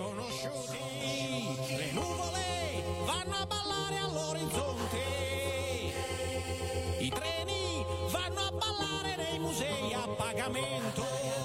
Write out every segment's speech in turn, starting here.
sconosciuti, le nuvole vanno a ballare all'orizzonte, i treni vanno a ballare nei musei a pagamento.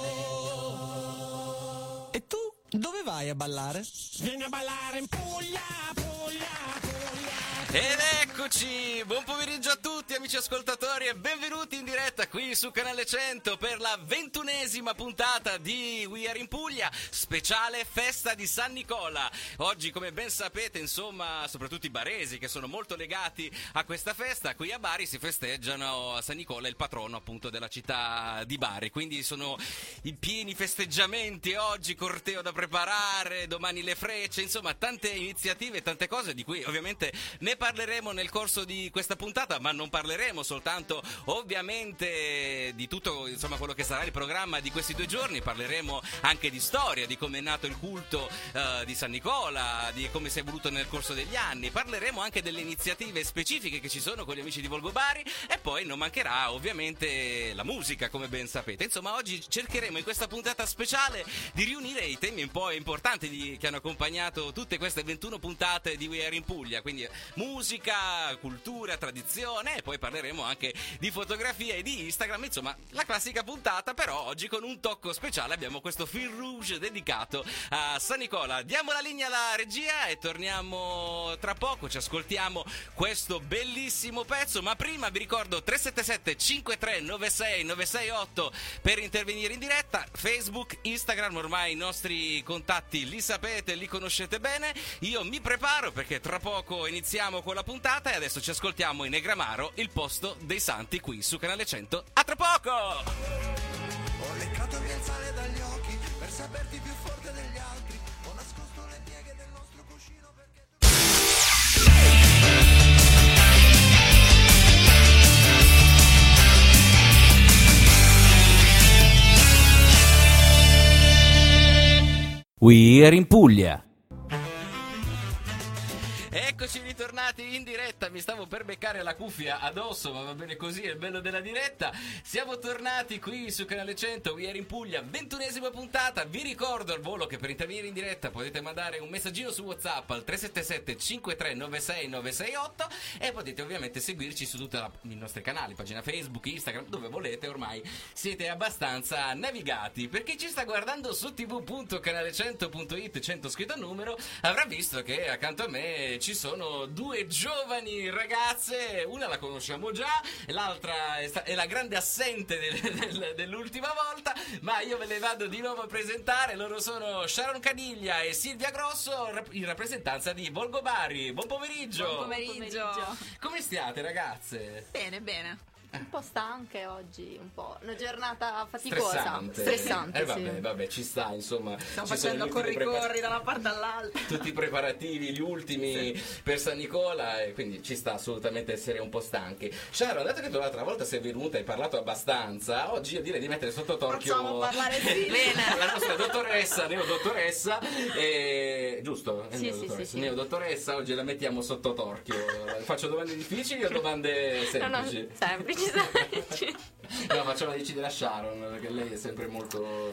E tu dove vai a ballare? Vieni a ballare in Puglia, Puglia, Puglia. Ed eccoci, buon pomeriggio a tutti amici ascoltatori e benvenuti in diretta qui su Canale 100 per la 21esima puntata di We Are in Puglia, speciale festa di San Nicola. Oggi, come ben sapete, insomma, soprattutto i baresi che sono molto legati a questa festa, qui a Bari si festeggiano a San Nicola, il patrono appunto della città di Bari, quindi sono i pieni festeggiamenti oggi, corteo da preparare, domani le frecce, insomma tante iniziative, tante cose di cui ovviamente ne parleremo nel corso di questa puntata, ma non parleremo soltanto ovviamente di tutto, insomma, quello che sarà il programma di questi 2 giorni. Parleremo anche di storia, di come è nato il culto di San Nicola, di come si è evoluto nel corso degli anni. Parleremo anche delle iniziative specifiche che ci sono con gli amici di Volgo Bari e poi non mancherà ovviamente la musica, come ben sapete. Insomma, oggi cercheremo in questa puntata speciale di riunire i temi un po' importanti che hanno accompagnato tutte queste 21 puntate di We Are in Puglia, quindi musica, cultura, tradizione, e poi parleremo anche di fotografia e di Instagram, insomma la classica puntata, però oggi con un tocco speciale. Abbiamo questo fil rouge dedicato a San Nicola. Diamo la linea alla regia e torniamo tra poco, ci ascoltiamo questo bellissimo pezzo, ma prima vi ricordo 377 53 96 968 per intervenire in diretta, Facebook, Instagram, ormai i nostri contatti li sapete, li conoscete bene. Io mi preparo perché tra poco iniziamo con la puntata e adesso ci ascoltiamo in Negramaro, il posto dei santi, qui su Canale 100. A tra poco! Ho leccato via il sale dagli occhi per saperti più forte degli altri. Ho nascosto le pieghe del nostro cuscino perché... We Are in Puglia. Eccoci ritornati in diretta, mi stavo per beccare la cuffia addosso, ma va bene così, è il bello della diretta. Siamo tornati qui su Canale 100, We Are in Puglia, 21esima puntata. Vi ricordo al volo che per intervenire in diretta potete mandare un messaggino su WhatsApp al 377 53 96 968 e potete ovviamente seguirci su tutti i nostri canali, pagina Facebook, Instagram, dove volete, ormai siete abbastanza navigati. Per chi ci sta guardando su tv.canale100.it, 100 scritto a numero, avrà visto che accanto a me ci sono 2 giovani ragazze, una la conosciamo già, l'altra è la grande assente dell'ultima volta, ma io ve le vado di nuovo a presentare. Loro sono Sharon Caniglia e Silvia Grosso, in rappresentanza di Volgo Bari. Buon pomeriggio. Buon pomeriggio. Come stiate, ragazze? Bene, bene. Un po' stanche oggi, un po'. Una giornata faticosa. Stressante, sì. vabbè, ci sta, insomma. Stiamo ci facendo corri da una parte all'altra. Tutti i preparativi, gli ultimi per San Nicola, e quindi ci sta assolutamente essere un po' stanchi. Sharon, dato che tu l'altra volta sei venuta e hai parlato abbastanza, oggi io direi di mettere sotto torchio Facciamo parlare bene. la nostra dottoressa, neodottoressa, giusto? Sì. Neodottoressa, oggi la mettiamo sotto torchio. Faccio domande difficili o domande semplici? No, semplici. No, facciamo la decidere a Sharon, perché lei è sempre molto...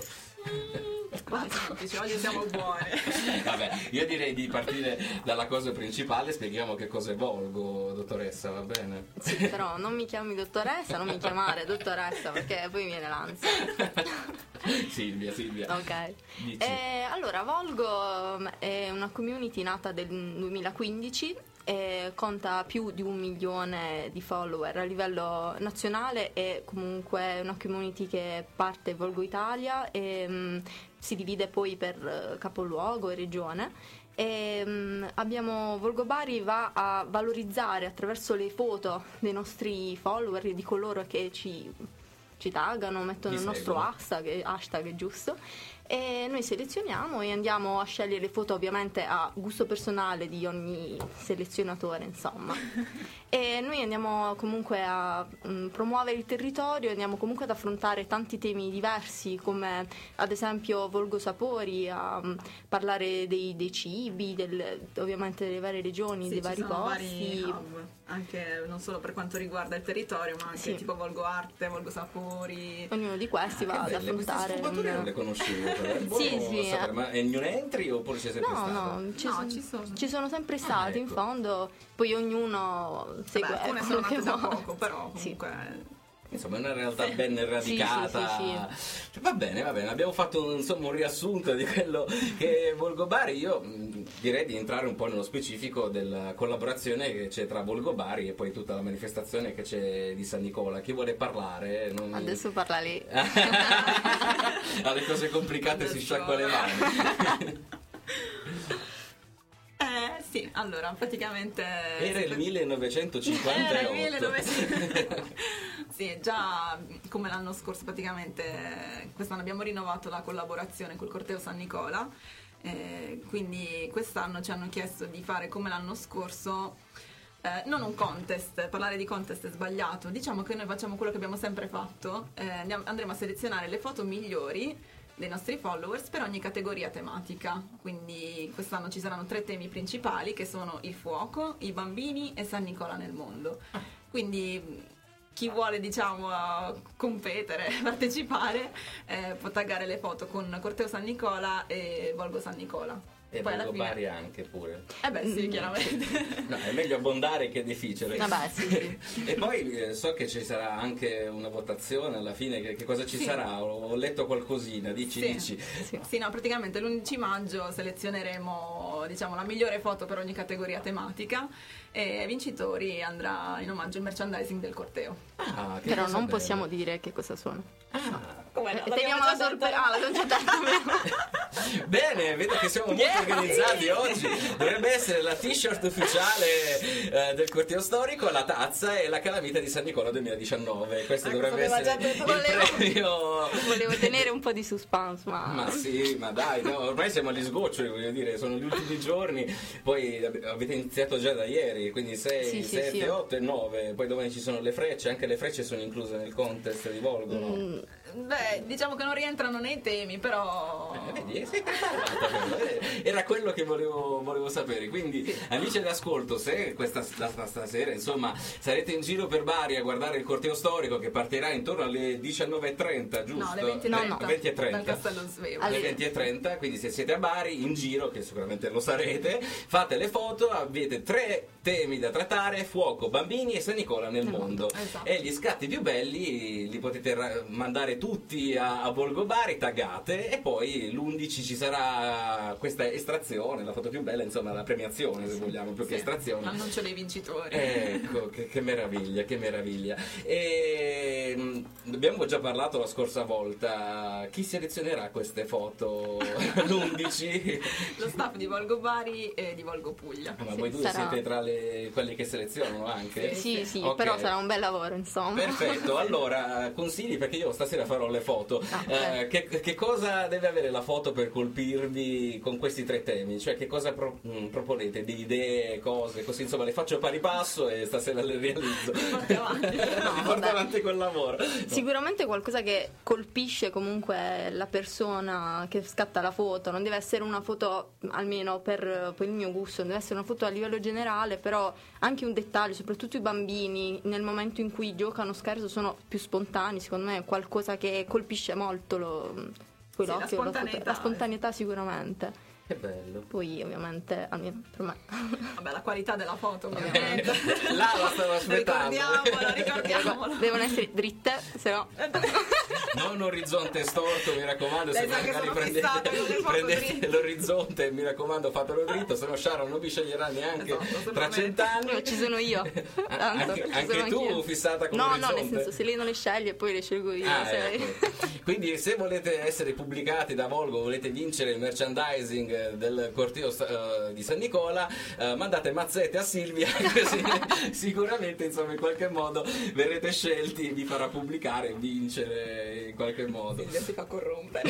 Oggi siamo buone. Vabbè, io direi di partire dalla cosa principale. Spieghiamo che cosa è Volgo, dottoressa, va bene? Sì, però non mi chiami dottoressa, non mi chiamare dottoressa perché poi mi viene l'ansia. Silvia. Ok. Dici. Allora, Volgo è una community nata nel 2015 e conta più di 1 milione di follower a livello nazionale, e comunque una community che parte Volgo Italia e si divide poi per capoluogo e regione. E abbiamo Volgo Bari va a valorizzare attraverso le foto dei nostri follower e di coloro che ci taggano, mettono il nostro hashtag giusto, e noi selezioniamo e andiamo a scegliere le foto ovviamente a gusto personale di ogni selezionatore, insomma. E noi andiamo comunque a promuovere il territorio, andiamo comunque ad affrontare tanti temi diversi, come ad esempio Volgo Sapori, a parlare dei cibi, ovviamente delle varie regioni, dei vari posti. Vari hub, anche non solo per quanto riguarda il territorio, ma anche tipo Volgo Arte, Volgo Sapori. Ognuno di questi va ad affrontare. Non le conoscevo. Sì. Ma è new entry oppure c'è sempre stato? No, ci sono sempre stati, in fondo, poi ognuno segue alcune quello sono che nate da vuole. poco, però comunque... Insomma, è una realtà ben radicata. Sì. Va bene, abbiamo fatto un riassunto di quello che è Volgo Bari. Io direi di entrare un po' nello specifico della collaborazione che c'è tra Volgo Bari e poi tutta la manifestazione che c'è di San Nicola. Chi vuole parlare? Adesso parla lei. Alle cose complicate si sciacqua le mani. Sì, allora, praticamente... Era il 1958. Era il 1900. Sì, già come l'anno scorso praticamente quest'anno abbiamo rinnovato la collaborazione col Corteo San Nicola, quindi quest'anno ci hanno chiesto di fare come l'anno scorso, non un contest, parlare di contest è sbagliato, diciamo che noi facciamo quello che abbiamo sempre fatto, andremo a selezionare le foto migliori dei nostri followers per ogni categoria tematica, quindi quest'anno ci saranno 3 temi principali che sono il fuoco, i bambini e San Nicola nel mondo, quindi chi vuole competere, partecipare può taggare le foto con Corteo San Nicola e Volgo San Nicola. E poi alla Volgo fine... Bari anche pure. Sì, chiaramente. No, è meglio abbondare che difficile. Vabbè, sì. E poi so che ci sarà anche una votazione alla fine, che cosa ci sarà? Ho letto qualcosina, dici. Sì, no, praticamente l'11 maggio selezioneremo la migliore foto per ogni categoria tematica e ai vincitori andrà in omaggio il merchandising del corteo. Però non possiamo dire che cosa sono. Teniamo la sorpresa. Bene, vedo che siamo molto organizzati oggi. Dovrebbe essere la t-shirt ufficiale del corteo storico, la tazza e la calamita di San Nicola 2019. Questo dovrebbe essere il premio. Volevo tenere un po' di suspense, ma sì, ma dai, no, ormai siamo agli sgoccioli, voglio dire, sono gli ultimi giorni. Poi avete iniziato già da ieri, quindi 6, 7, 8 e 9. Poi domani ci sono le frecce, anche le frecce sono incluse nel contest di Volgo, no? Beh, diciamo che non rientrano nei temi, però... Vedi, sei preparata, era quello che volevo sapere. Quindi, amici all'ascolto, se stasera, insomma, sarete in giro per Bari a guardare il corteo storico che partirà intorno alle 19:30, giusto? No, alle 20:30. Dal Castello Svevo. Alle 20:30, quindi se siete a Bari, in giro, che sicuramente lo sarete, fate le foto, avete 3 temi da trattare: fuoco, bambini e San Nicola nel mondo. Esatto. E gli scatti più belli li potete mandare tutti a Volgo Bari, taggate, e poi l'11 ci sarà questa estrazione, la foto più bella, insomma la premiazione, se vogliamo, più che estrazione. Annuncio dei vincitori. Ecco, che meraviglia, che meraviglia. E abbiamo già parlato la scorsa volta, chi selezionerà queste foto l'11? Lo staff di Volgo Bari e di Volgo Puglia. Ma voi due siete tra quelli che selezionano anche? Sì, Okay. però sarà un bel lavoro, insomma. Perfetto, allora consigli, perché io stasera farò le foto. Che cosa deve avere la foto per colpirvi con questi 3 temi? Cioè, che cosa proponete? Di idee, cose, così insomma le faccio pari passo e stasera le realizzo. Porta avanti col lavoro. Sicuramente qualcosa che colpisce comunque la persona che scatta la foto. Non deve essere una foto, almeno per il mio gusto, non deve essere una foto a livello generale, però anche un dettaglio, soprattutto i bambini nel momento in cui giocano scherzo sono più spontanei, secondo me è qualcosa che colpisce molto l'occhio, la spontaneità sicuramente. Che bello. Poi ovviamente almeno per me. Vabbè, la qualità della foto ovviamente. La stavo aspettando. Ricordiamola. Devono essere dritte, se no. Non orizzonte storto, mi raccomando, se magari prendete prendete l'orizzonte, mi raccomando, fatelo dritto, se no Sharon non vi sceglierà neanche tra 100 anni. Ci sono io. Anche tu fissata con l'orizzonte? No, nel senso, se lei non le sceglie poi le scelgo io. Ecco. Quindi se volete essere pubblicati da Volgo, volete vincere il merchandising del corteo di San Nicola, mandate mazzette a Silvia, così sicuramente insomma in qualche modo verrete scelti, vi farà pubblicare e vincere in qualche modo. Silvia si fa corrompere.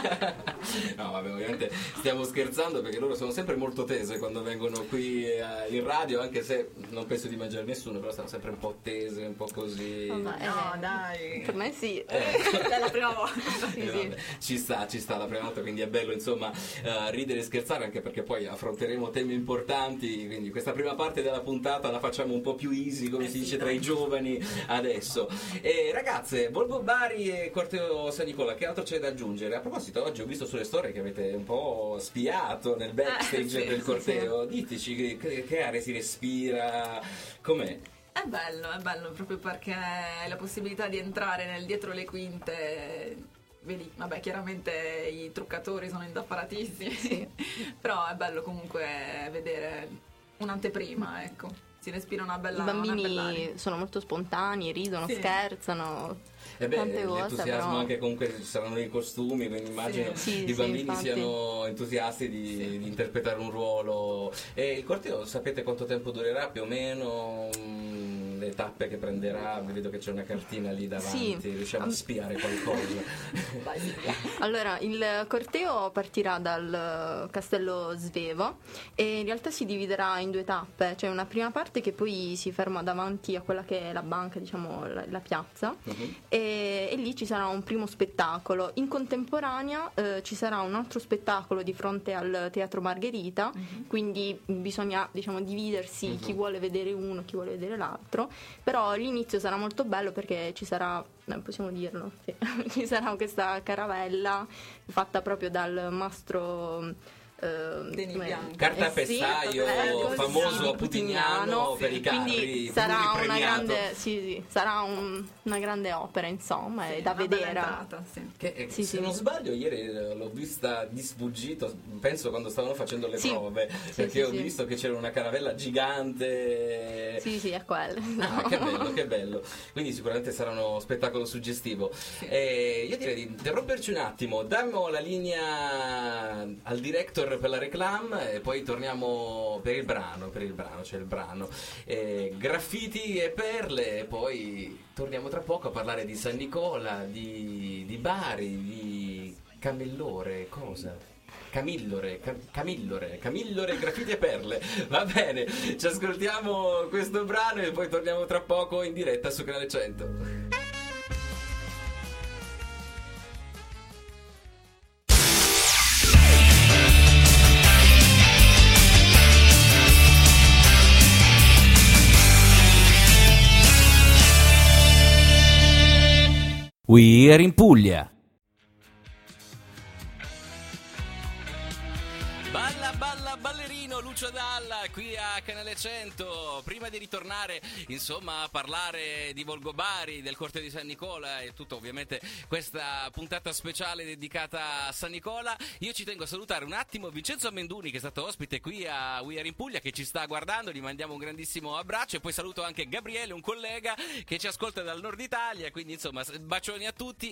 No, vabbè, ovviamente stiamo scherzando, perché loro sono sempre molto tese quando vengono qui in radio, anche se non penso di mangiare nessuno, però stanno sempre un po' tese, un po' così. No, dai. Per me sì. È la prima volta. Vabbè, ci sta la prima volta, quindi è bello insomma ridere e scherzare, anche perché poi affronteremo temi importanti, quindi questa prima parte della puntata la facciamo un po' più easy, come si dice tra i giovani adesso. E ragazze, Volgo Bari e Corteo corteo San Nicola, che altro c'è da aggiungere? A proposito, oggi ho visto sulle storie che avete un po' spiato nel backstage sì, del corteo. Diteci che aria si respira, com'è? È bello proprio perché hai la possibilità di entrare nel dietro le quinte. Vedi, vabbè, chiaramente i truccatori sono indaffaratissimi, però è bello comunque vedere un'anteprima, ecco. Si respira una bella I bambini aria. sono molto spontanei, ridono, Sì. scherzano, E beh, tante cose, l'entusiasmo però... anche comunque ci saranno i costumi, quindi immagino Sì, i bambini infatti. siano entusiasti di interpretare un ruolo. E il corteo sapete quanto tempo durerà più o meno? Le tappe che prenderà? Vedo che c'è una cartina lì davanti, Sì. riusciamo a spiare qualcosa. Allora, il corteo partirà dal castello Svevo e in realtà si dividerà in 2 tappe. C'è una prima parte che poi si ferma davanti a quella che è la banca, diciamo la piazza, e lì ci sarà un primo spettacolo. In contemporanea ci sarà un altro spettacolo di fronte al Teatro Margherita, quindi bisogna, diciamo, dividersi, chi vuole vedere uno, chi vuole vedere l'altro, però l'inizio sarà molto bello perché ci sarà, possiamo dirlo, sì. Ci sarà questa caravella fatta proprio dal mastro Deni Bianco. Cartapestaio, famoso di Putignano per i carri, quindi sarà una pluripremiato. grande, sarà una grande opera, insomma, è da Una bella vedere. entrata, sì. Che, Sì, se sì. non sbaglio ieri l'ho vista di sfuggito, penso quando stavano facendo le Sì. prove, Sì, perché sì, ho sì. visto che c'era una caravella gigante. Sì, è quello. Ah, che bello. Quindi sicuramente sarà uno spettacolo suggestivo. Io direi di interromperci un attimo, dammo la linea al director per la reclame e poi torniamo per il brano, c'è il brano. Graffiti e perle, e poi torniamo tra poco a parlare di San Nicola, di Bari, di Camillore, cosa? Camillore, graffiti e perle. Va bene, ci ascoltiamo questo brano e poi torniamo tra poco in diretta su Canale 100. We Are in Puglia. Balla ballerino Lucio Dalla qui a Canale 100. Prima di ritornare insomma a parlare di Volgo Bari, del corteo di San Nicola e tutto, ovviamente questa puntata speciale dedicata a San Nicola, io ci tengo a salutare un attimo Vincenzo Amenduni, che è stato ospite qui a We Are in Puglia, che ci sta guardando, gli mandiamo un grandissimo abbraccio, e poi saluto anche Gabriele, un collega che ci ascolta dal nord Italia, quindi insomma bacioni a tutti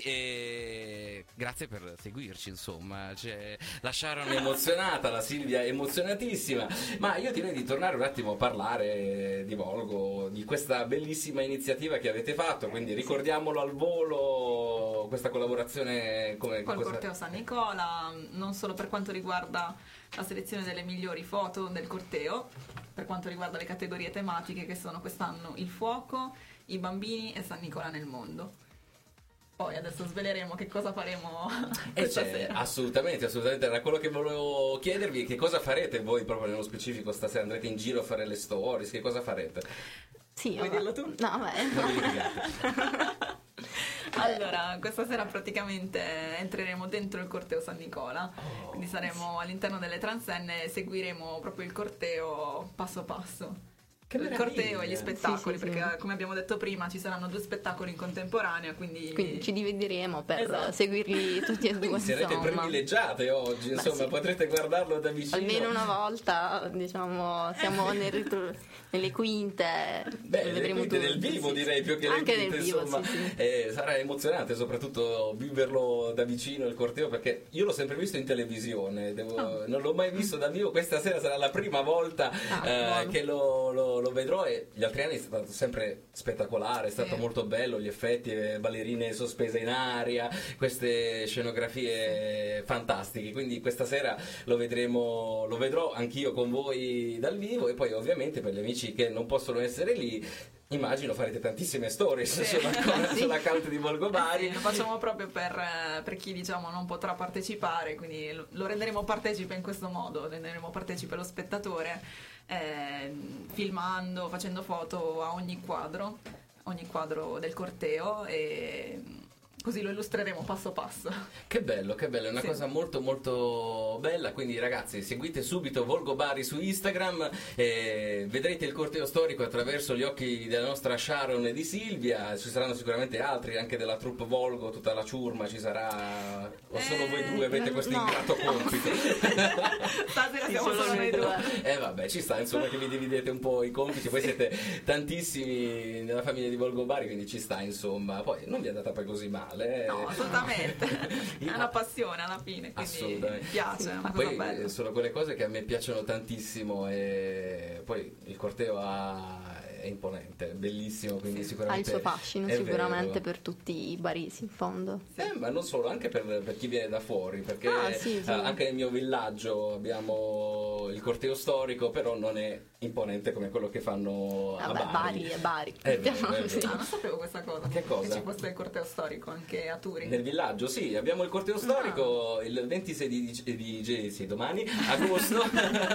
e grazie per seguirci, insomma, lasciarono Emozionata la Silvia, emozionatissima, ma io direi di tornare un attimo a parlare di Volgo, di questa bellissima iniziativa che avete fatto, quindi ricordiamolo al volo, questa collaborazione Col corteo San Nicola, non solo per quanto riguarda la selezione delle migliori foto del corteo, per quanto riguarda le categorie tematiche che sono quest'anno il fuoco, i bambini e San Nicola nel mondo. Poi adesso sveleremo che cosa faremo questa sera. Assolutamente, era quello che volevo chiedervi, che cosa farete voi proprio nello specifico stasera? Andrete in giro a fare le stories, che cosa farete? Sì, Vuoi dirlo tu? No, vabbè. Non vi litigate. Allora, questa sera praticamente entreremo dentro il corteo San Nicola, quindi saremo all'interno delle transenne e seguiremo proprio il corteo passo passo. Che Il meraviglia. corteo e gli spettacoli, Sì. perché come abbiamo detto prima ci saranno 2 spettacoli in contemporanea, quindi Ci divideremo per Esatto. seguirli tutti e due, Quindi sarete insomma. privilegiate oggi, insomma, sì. potrete guardarlo da vicino. Almeno una volta, diciamo, siamo nelle quinte. Beh, lo vedremo quindi nel tutti, vivo sì. direi più che Anche nel nel video, vivo, insomma. sì. Sarà emozionante soprattutto viverlo da vicino il corteo, perché io l'ho sempre visto in televisione, non l'ho mai visto da vivo, questa sera sarà la prima volta buono. che lo vedrò, e gli altri anni è stato sempre spettacolare, è stato Sì. molto bello, gli effetti, ballerine sospese in aria, queste scenografie fantastiche, quindi questa sera lo vedrò anch'io con voi dal vivo, e poi ovviamente per gli amici che non possono essere lì, immagino farete tantissime stories sull'account di Volgo Bari. Sì, lo facciamo proprio per chi diciamo non potrà partecipare, quindi lo renderemo partecipe in questo modo, renderemo partecipe lo spettatore filmando, facendo foto a ogni quadro del corteo, e così lo illustreremo passo passo. Che bello, è una Sì. cosa molto molto bella, quindi ragazzi seguite subito Volgo Bari su Instagram e vedrete il corteo storico attraverso gli occhi della nostra Sharon e di Silvia, ci saranno sicuramente altri anche della troupe Volgo, tutta la ciurma ci sarà, o solo voi due avete questo no. ingrato compito? Stasera Sì, siamo solo solo noi due. Vabbè, ci sta insomma che vi dividete un po' i compiti, poi siete tantissimi nella famiglia di Volgo Bari, quindi ci sta insomma, poi non vi è andata poi così male. No, assolutamente. È una passione alla fine, quindi Assolutamente. mi piace, è una cosa Poi bella. sono quelle cose che a me piacciono tantissimo e poi il corteo è imponente, è bellissimo, quindi Ha il sicuramente suo fascino è sicuramente vero. per tutti i baresi in fondo. Ma non solo, anche per chi viene da fuori, perché Sì. anche nel mio villaggio abbiamo il corteo storico, però non è imponente come quello che fanno a Vabbè, Bari. Bari è Bari. È vero, Mettiamola è così. vero. Non sapevo questa cosa. Che cosa? Che ci fosse il corteo storico anche a Turi. Nel villaggio, sì, abbiamo il corteo storico il 26 domani, agosto.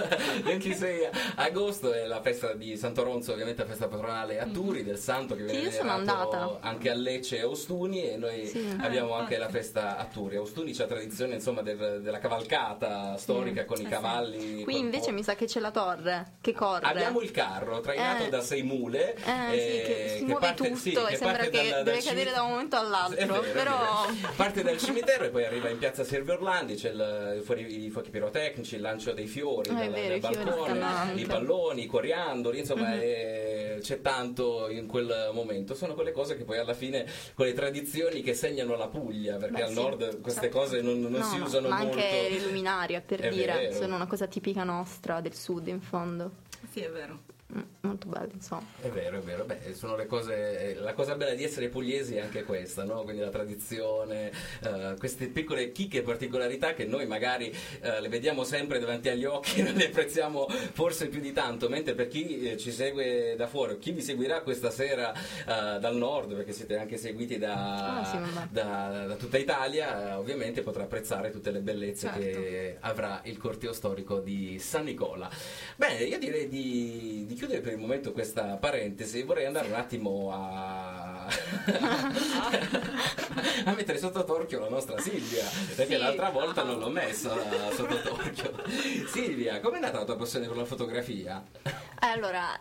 26 agosto è la festa di Sant'Oronzo, ovviamente la festa patronale a Turi del santo che viene io sono venerato andata. anche a Lecce e a Ostuni, e noi Sì. abbiamo anche la festa a Turi. A Ostuni c'è la tradizione insomma della cavalcata storica con i cavalli. Qui invece mi sa che c'è la torre che corre. Abbiamo il carro trainato da 6 mule sì, che si muove parte- tutto sì, e sembra parte che dal deve cimitero. cadere da un momento all'altro, È vero, è però vero. Parte dal cimitero e poi arriva in piazza Servi Orlandi, c'è i fuochi pirotecnici, il lancio dei fiori È vero, dal i fiori balcone, stanno anche. i palloni, i coriandoli, insomma c'è tanto in quel momento. Sono quelle cose che poi alla fine, quelle tradizioni che segnano la Puglia, perché al sì, nord queste cose non no, si no, usano ma molto. anche le luminarie per È dire, vero. sono una cosa tipica nostra del sud in fondo. Sì, è vero. Molto bello, insomma. È vero, beh, sono le cose. La cosa bella di essere pugliesi è anche questa, no? Quindi la tradizione, queste piccole chicche e particolarità che noi magari le vediamo sempre davanti agli occhi e non le apprezziamo forse più di tanto, mentre per chi ci segue da fuori, o chi vi seguirà questa sera dal nord, perché siete anche seguiti da tutta Italia, ovviamente potrà apprezzare tutte le bellezze che avrà il corteo storico di San Nicola. Bene, io direi di chiudere per il momento questa parentesi. Vorrei andare un attimo a mettere sotto torchio la nostra Silvia, perché l'altra volta non l'ho messa sotto torchio. Silvia, com'è nata la tua passione per la fotografia? Allora,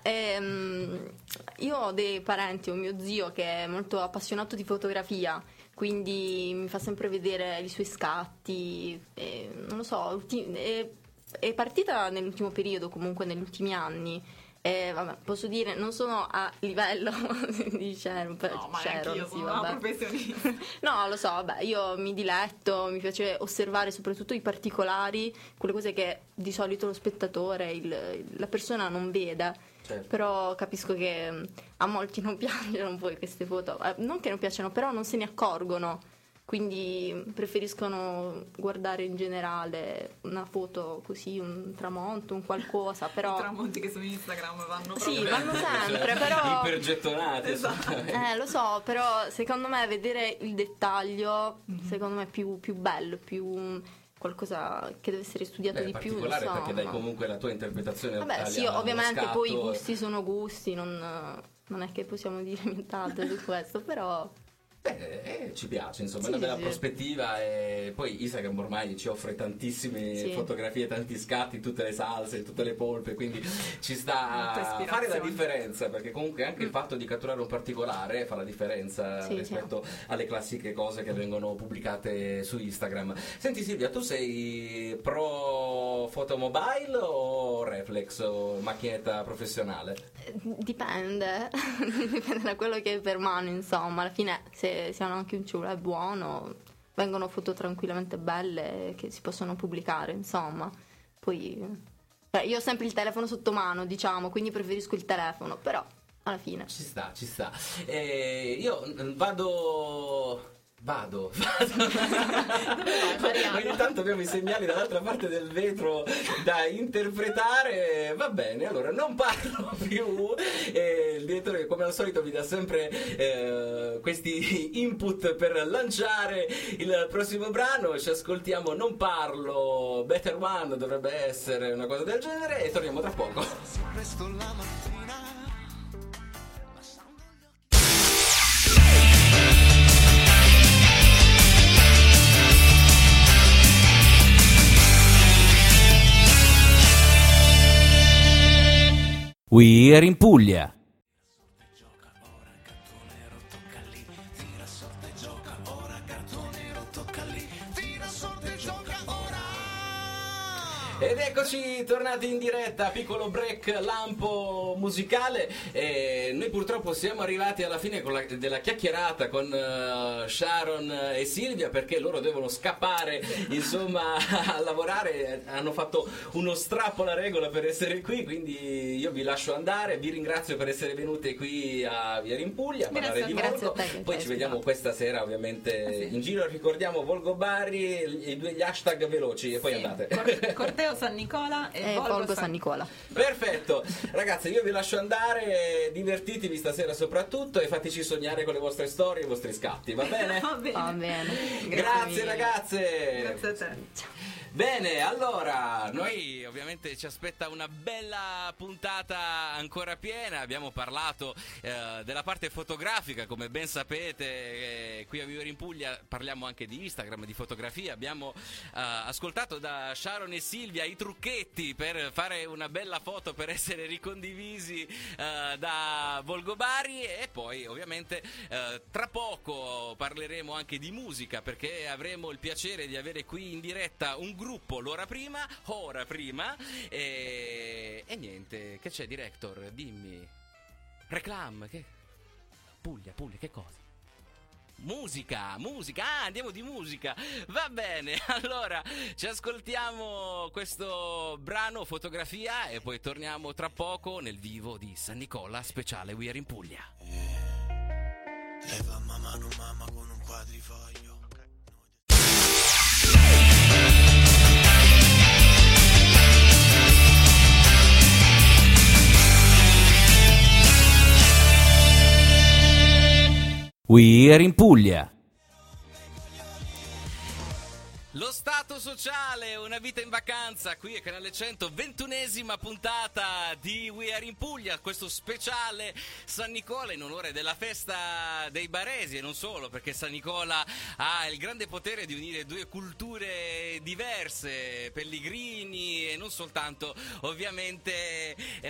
io ho dei parenti, ho mio zio che è molto appassionato di fotografia, quindi mi fa sempre vedere i suoi scatti, non lo so, è partita nell'ultimo periodo, comunque negli ultimi anni. Vabbè, posso dire, non sono a livello di Sharon, No, ma anche io sono una professionista. No, lo so, vabbè, io mi diletto, mi piace osservare soprattutto i particolari, quelle cose che di solito lo spettatore, la persona non vede. Certo. Però capisco che a molti non piacciono poi queste foto, non che non piacciono, però non se ne accorgono. Quindi preferiscono guardare in generale una foto così, un tramonto, un qualcosa, però... I tramonti che su Instagram vanno proprio. Sì, vanno sempre, però... Ipergettonati. Esatto. Lo so, però secondo me vedere il dettaglio, secondo me è più bello, più qualcosa che deve essere studiato di più. particolare insomma. perché dai comunque la tua interpretazione. Vabbè, sì, allo ovviamente scatto. poi i gusti sono gusti, non è che possiamo dire nient'altro su questo, però... Ci piace, insomma, Sì, è una bella sì. prospettiva e poi Instagram ormai ci offre tantissime Sì. fotografie, tanti scatti, tutte le salse, tutte le polpe, quindi ci sta Molta a fare la ispirazione. differenza, perché comunque anche il fatto di catturare un particolare fa la differenza Sì, rispetto alle classiche cose che vengono pubblicate su Instagram. Senti Silvia, tu sei pro fotomobile o reflex o macchinetta professionale? Dipende, dipende da quello che è per mano, insomma, alla fine se hanno anche un cellulare buono vengono foto tranquillamente belle che si possono pubblicare, insomma. Poi io ho sempre il telefono sotto mano, diciamo, quindi preferisco il telefono, però alla fine Ci sta. Io vado. Ogni tanto abbiamo i segnali dall'altra parte del vetro da interpretare. Va bene, allora non parlo più. Il direttore, come al solito, vi dà sempre questi input per lanciare il prossimo brano. Ci ascoltiamo Non parlo, Better One dovrebbe essere una cosa del genere e torniamo tra poco. Presto la mattina. We Are in Puglia. Ed eccoci tornati in diretta, piccolo break lampo musicale, e noi purtroppo siamo arrivati alla fine della chiacchierata con Sharon e Silvia, perché loro devono scappare insomma a lavorare, hanno fatto uno strappo alla regola per essere qui, quindi io vi lascio andare, vi ringrazio per essere venute qui a We Are in Puglia a parlare di Volgo, poi ci vediamo questa sera ovviamente in giro, ricordiamo Volgo Bari, gli hashtag veloci e poi andate. Corteo San Nicola e Volgo San Nicola. Perfetto, ragazzi, io vi lascio andare, divertitevi stasera soprattutto e fateci sognare con le vostre storie e i vostri scatti, va bene? Va bene. Va bene. Grazie ragazze. Grazie a te. Bene, allora, Noi ovviamente ci aspetta una bella puntata ancora piena, abbiamo parlato della parte fotografica, come ben sapete qui a We Are in Puglia parliamo anche di Instagram, di fotografia, abbiamo ascoltato da Sharon e Silvia i trucchetti per fare una bella foto, per essere ricondivisi da Volgo Bari, e poi ovviamente tra poco parleremo anche di musica, perché avremo il piacere di avere qui in diretta un gruppo, ora prima e niente, che c'è, director? Dimmi. Reclam, che? Puglia, che cosa? Musica, andiamo di musica, va bene, allora ci ascoltiamo questo brano Fotografia e poi torniamo tra poco nel vivo di San Nicola speciale We Are in Puglia. Leva mano mamma con un quadrifoglio. We Are in Puglia. Lo Stato Sociale, una vita in vacanza, qui a Canale 100, 21esima puntata di We Are in Puglia, questo speciale San Nicola in onore della festa dei baresi, e non solo, perché San Nicola ha il grande potere di unire due culture diverse, pellegrini e non soltanto ovviamente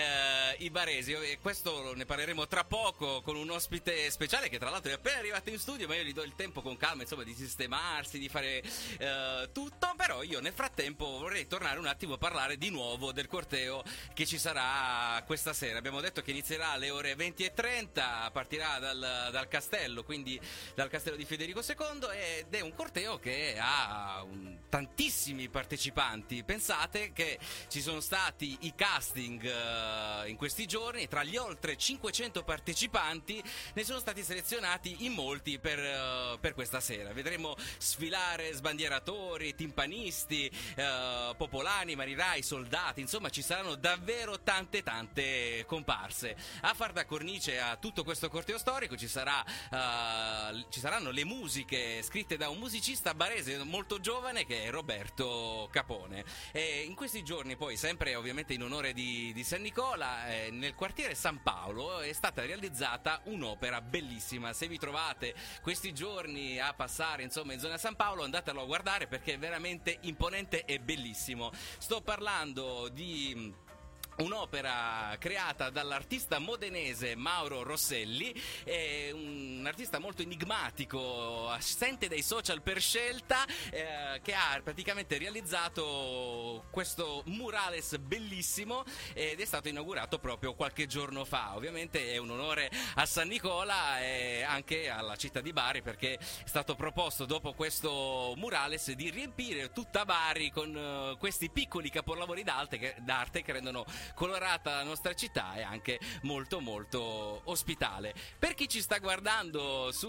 i baresi, e questo ne parleremo tra poco con un ospite speciale che tra l'altro è appena arrivato in studio, ma io gli do il tempo con calma insomma di sistemarsi, di fare tutto, però io nel frattempo vorrei tornare un attimo a parlare di nuovo del corteo che ci sarà questa sera. Abbiamo detto che inizierà alle ore 20:30, partirà dal castello, quindi dal castello di Federico II, ed è un corteo che ha tantissimi partecipanti. Pensate che ci sono stati i casting in questi giorni, tra gli oltre 500 partecipanti ne sono stati selezionati in molti per questa sera. Vedremo sfilare sbandieratori, timpanisti, popolani, marirai, soldati, insomma ci saranno davvero tante comparse. A far da cornice a tutto questo corteo storico ci saranno le musiche scritte da un musicista barese molto giovane che è Roberto Capone. E in questi giorni poi, sempre ovviamente in onore di San Nicola, nel quartiere San Paolo è stata realizzata un'opera bellissima. Se vi trovate questi giorni a passare insomma in zona San Paolo, andatelo a guardare perché è veramente imponente e bellissimo. Sto parlando di un'opera creata dall'artista modenese Mauro Rosselli, è un artista molto enigmatico, assente dai social per scelta, che ha praticamente realizzato questo murales bellissimo ed è stato inaugurato proprio qualche giorno fa. Ovviamente è un onore a San Nicola e anche alla città di Bari, perché è stato proposto dopo questo murales di riempire tutta Bari con questi piccoli capolavori d'arte che rendono colorata la nostra città e anche molto ospitale. Per chi ci sta guardando su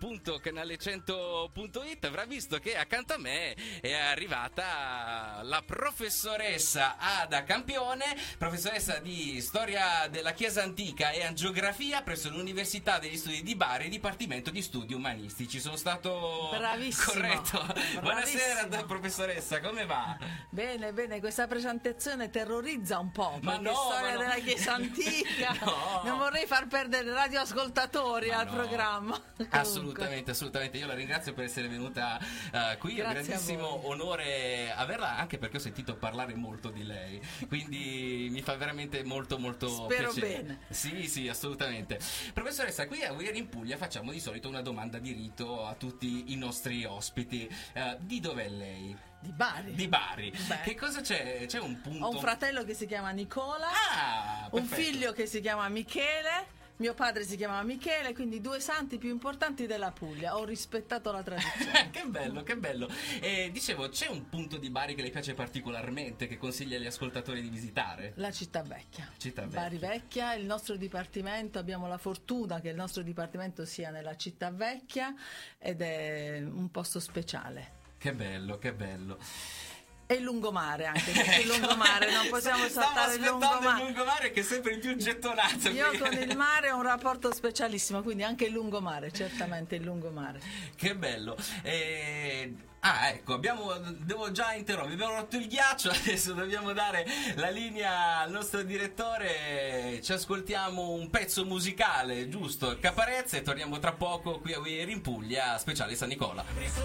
tv.canale100.it avrà visto che accanto a me è arrivata la professoressa Ada Campione, professoressa di storia della Chiesa Antica e angiografia presso l'Università degli Studi di Bari, Dipartimento di Studi Umanistici. Sono stato bravissimo, corretto? Bravissimo. Buonasera professoressa, come va? Bene, questa presentazione terrorizza un po', qualche Ma no, storia ma no. della Chiesa antica. No. Non vorrei far perdere radioascoltatori Ma al no. programma. Comunque. Assolutamente, io la ringrazio per essere venuta qui, è un Grazie a grandissimo voi. onore averla, anche perché ho sentito parlare molto di lei, quindi mi fa veramente molto Spero piacere. bene. Sì, assolutamente. Professoressa, qui a We Are in Puglia facciamo di solito una domanda di rito a tutti i nostri ospiti. Di dov'è lei? Di Bari. Di Bari. Beh. Che cosa c'è? C'è un punto? Ho un fratello che si chiama Nicola, Ah, un perfetto. figlio che si chiama Michele. Mio padre si chiamava Michele, quindi 2 santi più importanti della Puglia. Ho rispettato la tradizione. Che bello. Dicevo, c'è un punto di Bari che le piace particolarmente, che consiglia agli ascoltatori di visitare? La città vecchia. Città vecchia. Bari vecchia, il nostro dipartimento, abbiamo la fortuna che il nostro dipartimento sia nella città vecchia ed è un posto speciale. Che bello. E il lungomare anche, perché il lungomare, non possiamo saltare il Stavo aspettando il lungomare. lungomare che è sempre più gettonato. Io qui. con il mare ho un rapporto specialissimo, quindi anche il lungomare, certamente il lungomare. Che bello. Ecco, devo già interrompere, abbiamo rotto il ghiaccio, adesso dobbiamo dare la linea al nostro direttore, ci ascoltiamo un pezzo musicale, giusto? Caparezza, e torniamo tra poco qui a We Are in Puglia, speciale San Nicola.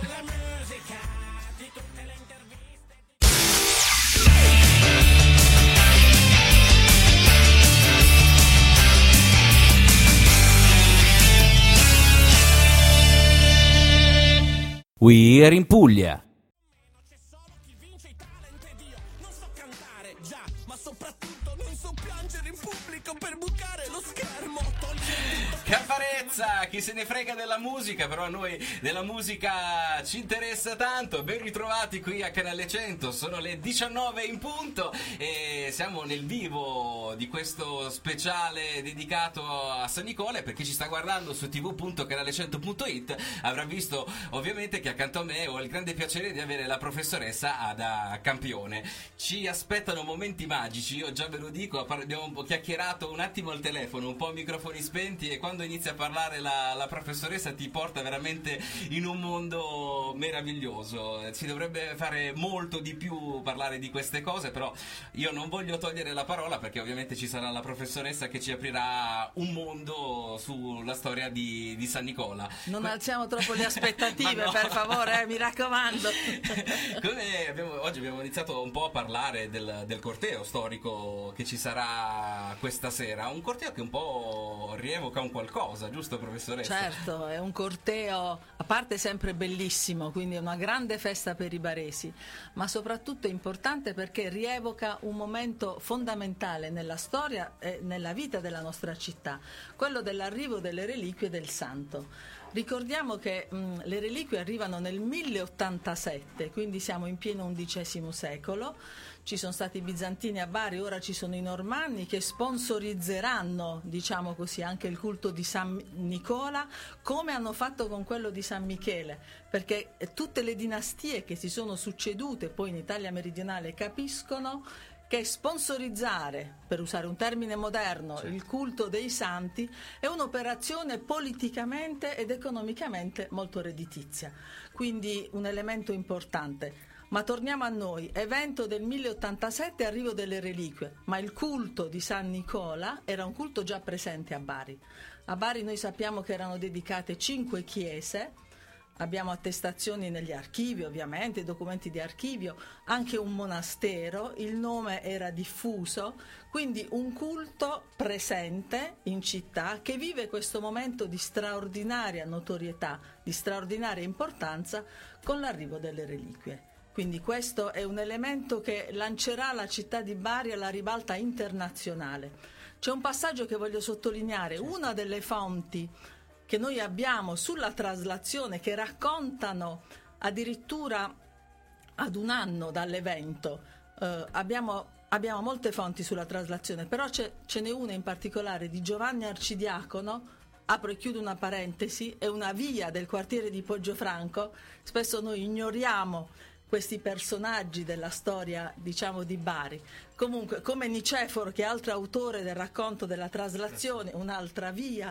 We Are in Puglia. C'è solo chi vince i talent ed io non so cantare, già, ma soprattutto non so piangere in pubblico per bucare lo schermo. Caparezza, chi se ne frega della musica, però a noi della musica ci interessa tanto. Ben ritrovati qui a Canale 100, sono le 19 in punto e siamo nel vivo di questo speciale dedicato a San Nicola. Per chi ci sta guardando su tv.canale100.it avrà visto ovviamente che accanto a me ho il grande piacere di avere la professoressa Ada Campione. Ci aspettano momenti magici, io già ve lo dico, abbiamo un po' chiacchierato un attimo al telefono, un po' a microfoni spenti, e quando inizia a parlare la professoressa ti porta veramente in un mondo meraviglioso. Si dovrebbe fare molto di più, parlare di queste cose, però io non voglio togliere la parola perché ovviamente ci sarà la professoressa che ci aprirà un mondo sulla storia di San Nicola. Non alziamo troppo le aspettative, Ma no. per favore, mi raccomando. Oggi abbiamo iniziato un po' a parlare del corteo storico che ci sarà questa sera, un corteo che un po' rievoca un qualcosa, giusto professoressa? Certo, è un corteo a parte sempre bellissimo, quindi è una grande festa per i baresi, ma soprattutto è importante perché rievoca un momento fondamentale nella storia e nella vita della nostra città, quello dell'arrivo delle reliquie del santo. Ricordiamo che le reliquie arrivano nel 1087, quindi siamo in pieno XI secolo. Ci sono stati i bizantini a Bari, ora ci sono i normanni che sponsorizzeranno, diciamo così, anche il culto di San Nicola, come hanno fatto con quello di San Michele, perché tutte le dinastie che si sono succedute poi in Italia meridionale capiscono che sponsorizzare, per usare un termine moderno, il culto dei santi è un'operazione politicamente ed economicamente molto redditizia, quindi un elemento importante. Ma torniamo a noi, evento del 1087, arrivo delle reliquie, ma il culto di San Nicola era un culto già presente a Bari. A Bari noi sappiamo che erano dedicate 5 chiese, abbiamo attestazioni negli archivi ovviamente, documenti di archivio, anche un monastero, il nome era diffuso, quindi un culto presente in città che vive questo momento di straordinaria notorietà, di straordinaria importanza con l'arrivo delle reliquie. Quindi questo è un elemento che lancerà la città di Bari alla ribalta internazionale. C'è un passaggio che voglio sottolineare, una delle fonti che noi abbiamo sulla traslazione, che raccontano addirittura ad un anno dall'evento, abbiamo molte fonti sulla traslazione, però ce n'è una in particolare di Giovanni Arcidiacono, apro e chiudo una parentesi, è una via del quartiere di Poggio-Franco. Spesso noi ignoriamo questi personaggi della storia, diciamo, di Bari. Comunque, come Niceforo, che è altro autore del racconto della traslazione, un'altra via,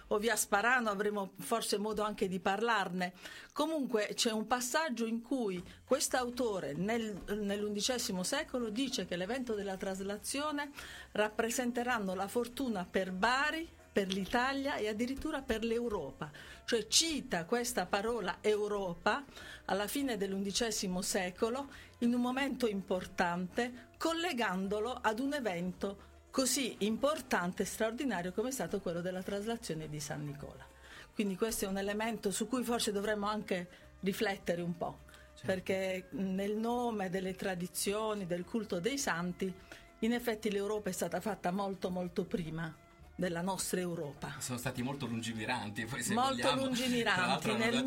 o via Sparano, avremo forse modo anche di parlarne. Comunque c'è un passaggio in cui quest'autore nell'undicesimo secolo dice che l'evento della traslazione rappresenteranno la fortuna per Bari, per l'Italia e addirittura per l'Europa, cioè cita questa parola Europa alla fine dell'undicesimo secolo in un momento importante, collegandolo ad un evento così importante e straordinario come è stato quello della traslazione di San Nicola. Quindi questo è un elemento su cui forse dovremmo anche riflettere un po', perché nel nome delle tradizioni, del culto dei santi, in effetti l'Europa è stata fatta molto molto prima della nostra Europa. Sono stati molto lungimiranti, poi se molto vogliamo, lungimiranti nel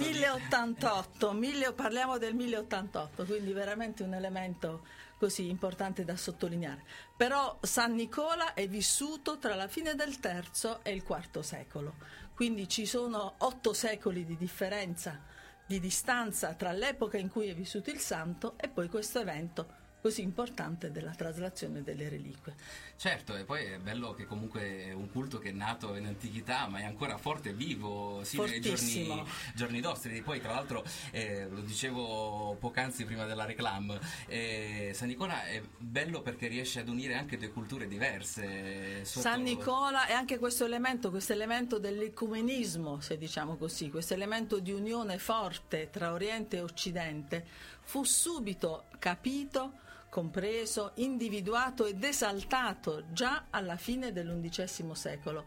1088, parliamo del 1088, quindi veramente un elemento così importante da sottolineare. Però San Nicola è vissuto tra la fine del III e il IV secolo, quindi ci sono 8 secoli di differenza, di distanza tra l'epoca in cui è vissuto il santo e poi questo evento così importante della traslazione delle reliquie. Certo, e poi è bello che comunque è un culto che è nato in antichità ma è ancora forte e vivo sino ai giorni nostri. Poi tra l'altro lo dicevo poc'anzi prima della reclam, San Nicola è bello perché riesce ad unire anche due culture diverse San Nicola è anche questo elemento dell'ecumenismo, se diciamo così, questo elemento di unione forte tra Oriente e Occidente fu subito capito, compreso, individuato ed esaltato già alla fine dell'undicesimo secolo.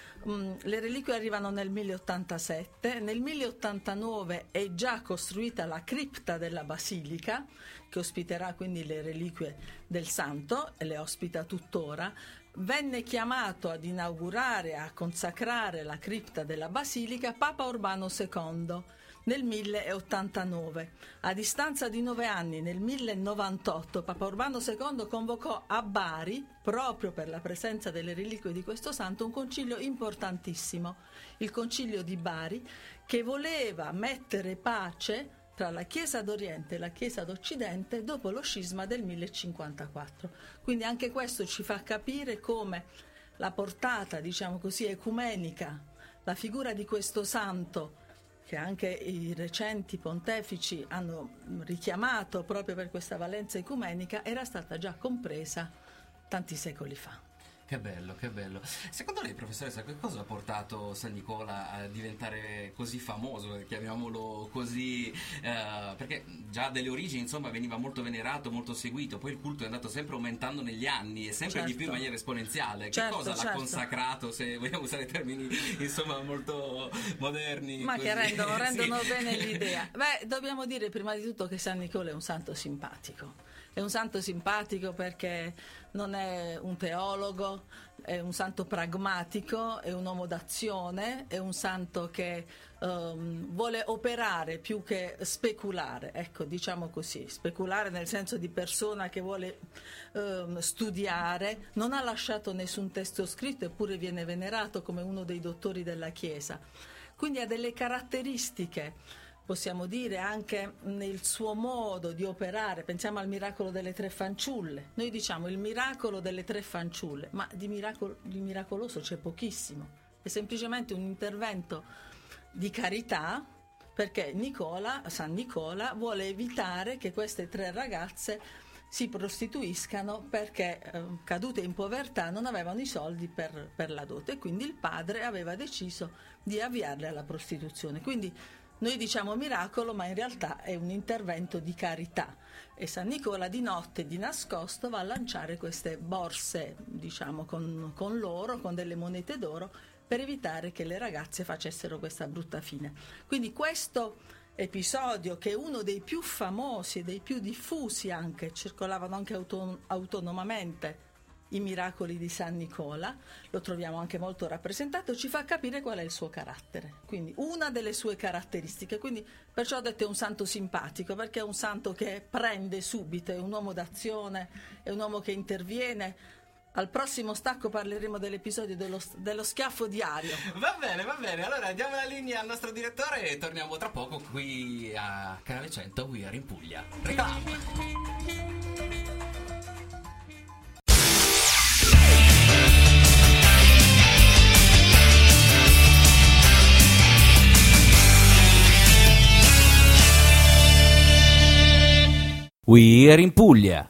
Le reliquie arrivano nel 1087, nel 1089 è già costruita la cripta della basilica che ospiterà quindi le reliquie del santo e le ospita tuttora. Venne chiamato ad inaugurare, a consacrare la cripta della basilica Papa Urbano II nel 1089. A distanza di 9 anni, nel 1098, Papa Urbano II convocò a Bari, proprio per la presenza delle reliquie di questo santo, un concilio importantissimo, il concilio di Bari, che voleva mettere pace tra la Chiesa d'Oriente e la Chiesa d'Occidente dopo lo scisma del 1054. Quindi anche questo ci fa capire come la portata, diciamo così, ecumenica, la figura di questo santo, che anche i recenti pontefici hanno richiamato proprio per questa valenza ecumenica, era stata già compresa tanti secoli fa. Che bello, che bello. Secondo lei, professoressa, che cosa ha portato San Nicola a diventare così famoso, chiamiamolo così, perché già dalle origini, insomma, veniva molto venerato, molto seguito, poi il culto è andato sempre aumentando negli anni e sempre di più in maniera esponenziale. Che cosa l'ha consacrato, se vogliamo usare termini, insomma, molto moderni? Ma così. che rendono bene l'idea. Beh, dobbiamo dire prima di tutto che San Nicola è un santo simpatico. È un santo simpatico perché non è un teologo, è un santo pragmatico, è un uomo d'azione, è un santo che vuole operare più che speculare, ecco, diciamo così, speculare nel senso di persona che vuole studiare, non ha lasciato nessun testo scritto eppure viene venerato come uno dei dottori della Chiesa, quindi ha delle caratteristiche, possiamo dire, anche nel suo modo di operare. Pensiamo al miracolo delle 3 fanciulle. Noi diciamo il miracolo delle 3 fanciulle, ma di miracoloso c'è pochissimo. È semplicemente un intervento di carità, perché San Nicola vuole evitare che queste 3 ragazze si prostituiscano perché cadute in povertà non avevano i soldi per la dote e quindi il padre aveva deciso di avviarle alla prostituzione. Quindi noi diciamo miracolo, ma in realtà è un intervento di carità e San Nicola di notte, di nascosto, va a lanciare queste borse, diciamo, con l'oro, con delle monete d'oro, per evitare che le ragazze facessero questa brutta fine. Quindi questo episodio, che è uno dei più famosi e dei più diffusi, anche circolavano anche autonomamente i miracoli di San Nicola, lo troviamo anche molto rappresentato, ci fa capire qual è il suo carattere, quindi una delle sue caratteristiche. Quindi perciò ho detto è un santo simpatico, perché è un santo che prende subito, è un uomo d'azione, è un uomo che interviene. Al prossimo stacco parleremo dell'episodio dello schiaffo diario. Va bene, allora diamo la linea al nostro direttore e torniamo tra poco qui a Canale 100 We Are in Puglia. Reclama! We Are in Puglia.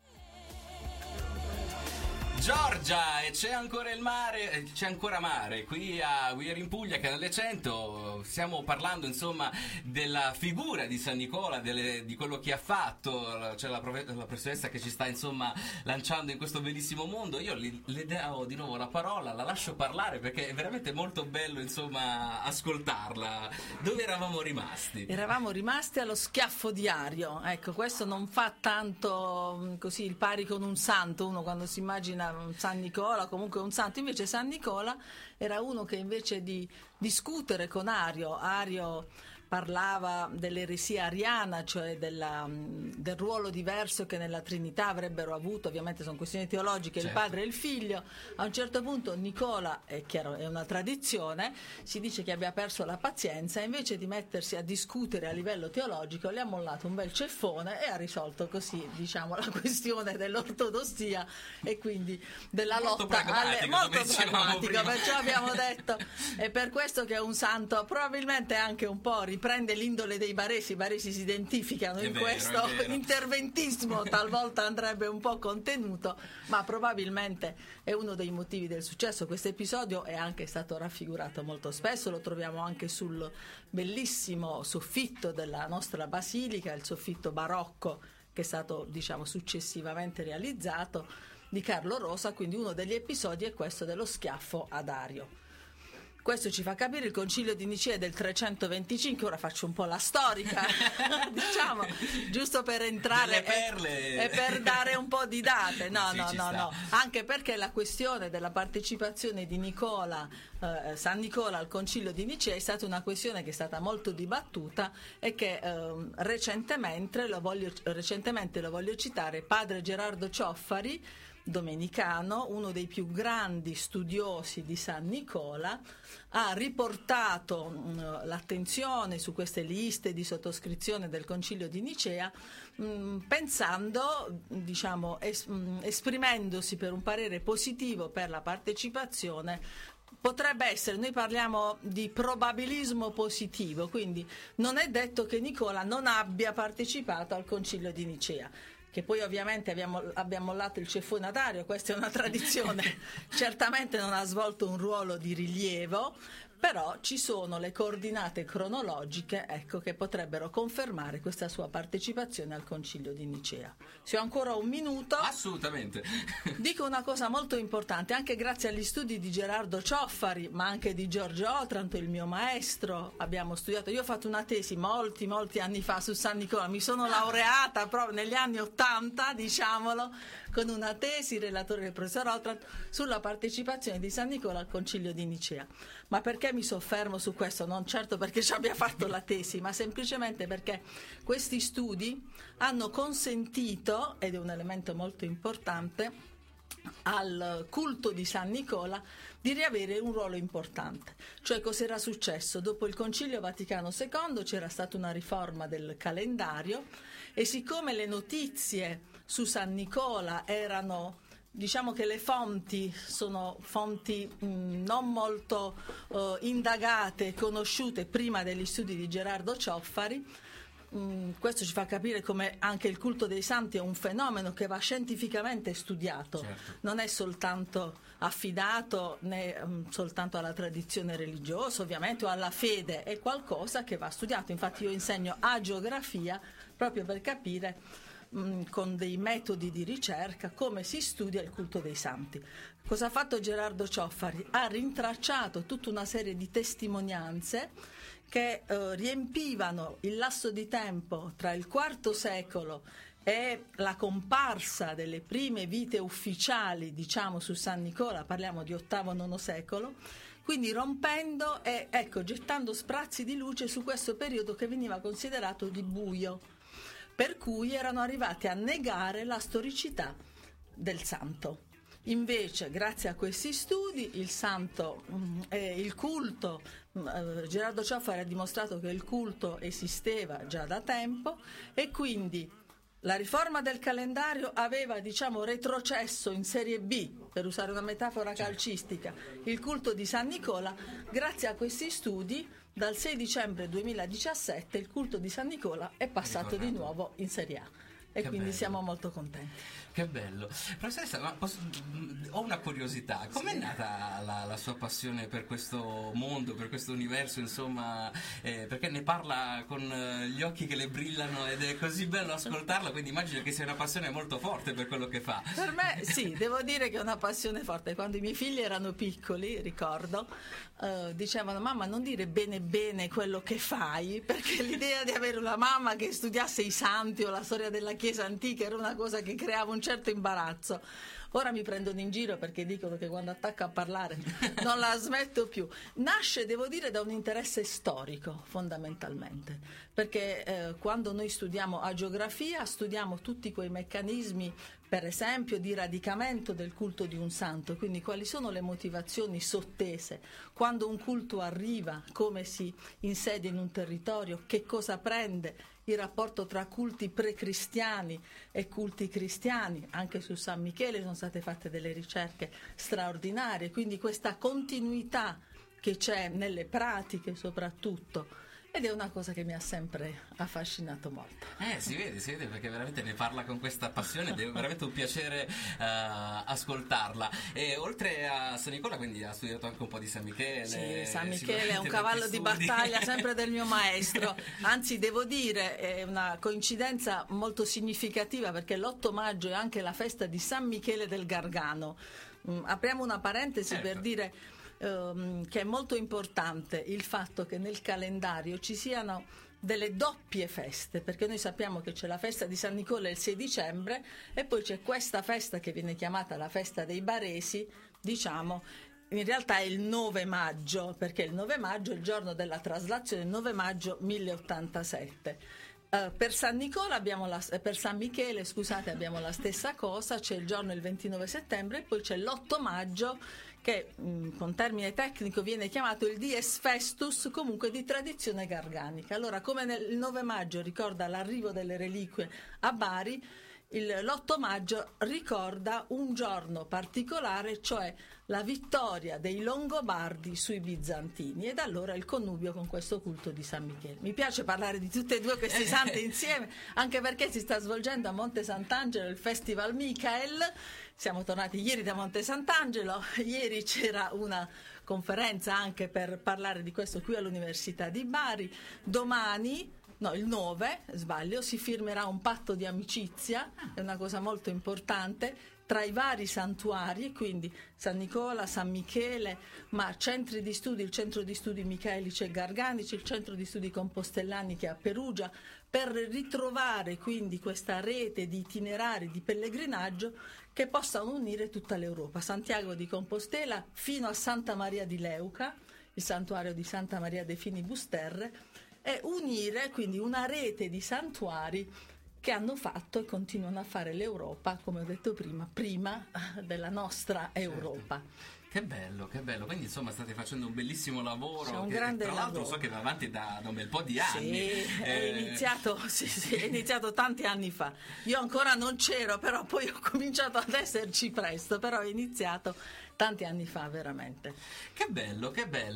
Giorgia, e c'è ancora il mare, c'è ancora mare qui a We Are in Puglia, Canale 100. Stiamo parlando insomma della figura di San Nicola, di quello che ha fatto. C'è la professoressa che ci sta insomma lanciando in questo bellissimo mondo. Io le do di nuovo la parola, la lascio parlare perché è veramente molto bello insomma ascoltarla. Dove eravamo rimasti? Eravamo rimasti allo schiaffo diario. Ecco, questo non fa tanto così il pari con un santo, uno quando si immagina San Nicola, comunque un santo. Invece San Nicola era uno che invece di discutere con Ario parlava dell'eresia ariana, cioè del ruolo diverso che nella Trinità avrebbero avuto. Ovviamente sono questioni teologiche, certo. Il padre e il figlio. A un certo punto Nicola, è chiaro, è una tradizione, si dice che abbia perso la pazienza e invece di mettersi a discutere a livello teologico le ha mollato un bel ceffone e ha risolto così, diciamo, la questione dell'ortodossia e quindi della molto lotta molto pragmatico, perciò abbiamo detto, è per questo che è un santo probabilmente anche un po' riprende l'indole dei baresi. I baresi si identificano in questo interventismo, talvolta andrebbe un po' contenuto, ma probabilmente è uno dei motivi del successo. Questo episodio è anche stato raffigurato molto spesso, lo troviamo anche sul bellissimo soffitto della nostra basilica, il soffitto barocco che è stato, diciamo, successivamente realizzato di Carlo Rosa. Quindi uno degli episodi è questo dello schiaffo ad Ario. Questo ci fa capire il concilio di Nicea del 325, ora faccio un po' la storica, diciamo, giusto per entrare e per dare un po' di date. No, anche perché la questione della partecipazione di San Nicola al concilio di Nicea è stata una questione che è stata molto dibattuta e che recentemente lo voglio citare, padre Gerardo Cioffari, domenicano, uno dei più grandi studiosi di San Nicola, ha riportato l'attenzione su queste liste di sottoscrizione del Concilio di Nicea, pensando, diciamo, esprimendosi per un parere positivo per la partecipazione. Potrebbe essere, noi parliamo di probabilismo positivo, quindi non è detto che Nicola non abbia partecipato al Concilio di Nicea, che poi ovviamente abbiamo mollato il ceffone ad Ario, questa è una tradizione, certamente non ha svolto un ruolo di rilievo, però ci sono le coordinate cronologiche, ecco, che potrebbero confermare questa sua partecipazione al Concilio di Nicea. Se ho ancora un minuto, assolutamente, dico una cosa molto importante, anche grazie agli studi di Gerardo Cioffari, ma anche di Giorgio Otranto, il mio maestro. Abbiamo studiato, io ho fatto una tesi molti anni fa su San Nicola, mi sono laureata proprio negli anni '80, diciamolo, con una tesi, relatore del professor Otranto, sulla partecipazione di San Nicola al Concilio di Nicea. Ma perché mi soffermo su questo? Non certo perché ci abbia fatto la tesi, ma semplicemente perché questi studi hanno consentito, ed è un elemento molto importante, al culto di San Nicola di riavere un ruolo importante. Cioè, cos'era successo? Dopo il Concilio Vaticano II c'era stata una riforma del calendario e siccome le notizie su San Nicola erano, diciamo che le fonti sono fonti non molto indagate e conosciute prima degli studi di Gerardo Cioffari, questo ci fa capire come anche il culto dei santi è un fenomeno che va scientificamente studiato, certo. Non è soltanto affidato né soltanto alla tradizione religiosa, ovviamente, o alla fede, è qualcosa che va studiato. Infatti io insegno agiografia proprio per capire con dei metodi di ricerca come si studia il culto dei santi. Cosa ha fatto Gerardo Cioffari? Ha rintracciato tutta una serie di testimonianze che riempivano il lasso di tempo tra il IV secolo e la comparsa delle prime vite ufficiali, diciamo, su San Nicola, parliamo di VIII-IX secolo, quindi rompendo e gettando sprazzi di luce su questo periodo che veniva considerato di buio, per cui erano arrivati a negare la storicità del santo. Invece, grazie a questi studi, il santo il culto, Gerardo Cioffari ha dimostrato che il culto esisteva già da tempo e quindi la riforma del calendario aveva, diciamo, retrocesso in serie B, per usare una metafora calcistica, il culto di San Nicola. Grazie a questi studi, dal 6 dicembre 2017 il culto di San Nicola è passato di nuovo in serie A. e Che quindi bello. siamo molto contenti. Che bello. Professoressa, ma ho una curiosità. Com'è nata la sua passione per questo mondo, per questo universo, insomma, perché ne parla con gli occhi che le brillano ed è così bello ascoltarla, quindi immagino che sia una passione molto forte per quello che fa. Per me sì, devo dire che è una passione forte. Quando i miei figli erano piccoli, ricordo, dicevano: mamma, non dire bene bene quello che fai, perché l'idea di avere una mamma che studiasse i santi o la storia della Chiesa antica era una cosa che creava un certo imbarazzo. Ora mi prendono in giro perché dicono che quando attacco a parlare non la smetto più. Nasce, devo dire, da un interesse storico, fondamentalmente, perché quando noi studiamo agiografia studiamo tutti quei meccanismi, per esempio, di radicamento del culto di un santo, quindi quali sono le motivazioni sottese, quando un culto arriva, come si insedia in un territorio, che cosa prende, il rapporto tra culti precristiani e culti cristiani. Anche su San Michele sono state fatte delle ricerche straordinarie, quindi questa continuità che c'è nelle pratiche soprattutto, ed è una cosa che mi ha sempre affascinato molto. Si vede perché veramente ne parla con questa passione ed è veramente un piacere ascoltarla. E oltre a San Nicola, quindi ha studiato anche un po' di San Michele. Sì, San Michele è un cavallo di battaglia sempre del mio maestro, anzi devo dire è una coincidenza molto significativa perché l'8 maggio è anche la festa di San Michele del Gargano. Apriamo una parentesi per dire che è molto importante il fatto che nel calendario ci siano delle doppie feste, perché noi sappiamo che c'è la festa di San Nicola il 6 dicembre e poi c'è questa festa che viene chiamata la festa dei Baresi, diciamo. In realtà è il 9 maggio, perché il 9 maggio è il giorno della traslazione, il 9 maggio 1087. Per San Nicola per San Michele, scusate, abbiamo la stessa cosa, c'è il giorno il 29 settembre e poi c'è l'8 maggio che con termine tecnico viene chiamato il Dies Festus, comunque di tradizione garganica. Allora, come il 9 maggio ricorda l'arrivo delle reliquie a Bari, l'8 maggio ricorda un giorno particolare, cioè la vittoria dei Longobardi sui Bizantini, ed allora il connubio con questo culto di San Michele. Mi piace parlare di tutte e due questi santi insieme, anche perché si sta svolgendo a Monte Sant'Angelo il Festival Michael. Siamo tornati ieri da Monte Sant'Angelo, ieri c'era una conferenza anche per parlare di questo qui all'Università di Bari. Domani, no, il 9, sbaglio, si firmerà un patto di amicizia, è una cosa molto importante, tra i vari santuari, quindi San Nicola, San Michele, ma centri di studi, il centro di studi michaelici e garganici, il centro di studi compostellani che è a Perugia, per ritrovare quindi questa rete di itinerari di pellegrinaggio che possano unire tutta l'Europa, Santiago di Compostela fino a Santa Maria di Leuca, il santuario di Santa Maria dei Finibus Terre, e unire quindi una rete di santuari che hanno fatto e continuano a fare l'Europa, come ho detto prima della nostra Europa. Che bello, quindi insomma state facendo un bellissimo lavoro. C'è un grande tra l'altro lavoro. so che va avanti da un bel po' di anni. È iniziato tanti anni fa. Io ancora non c'ero, però poi ho cominciato ad esserci presto, però ho iniziato tanti anni fa veramente. Che bello.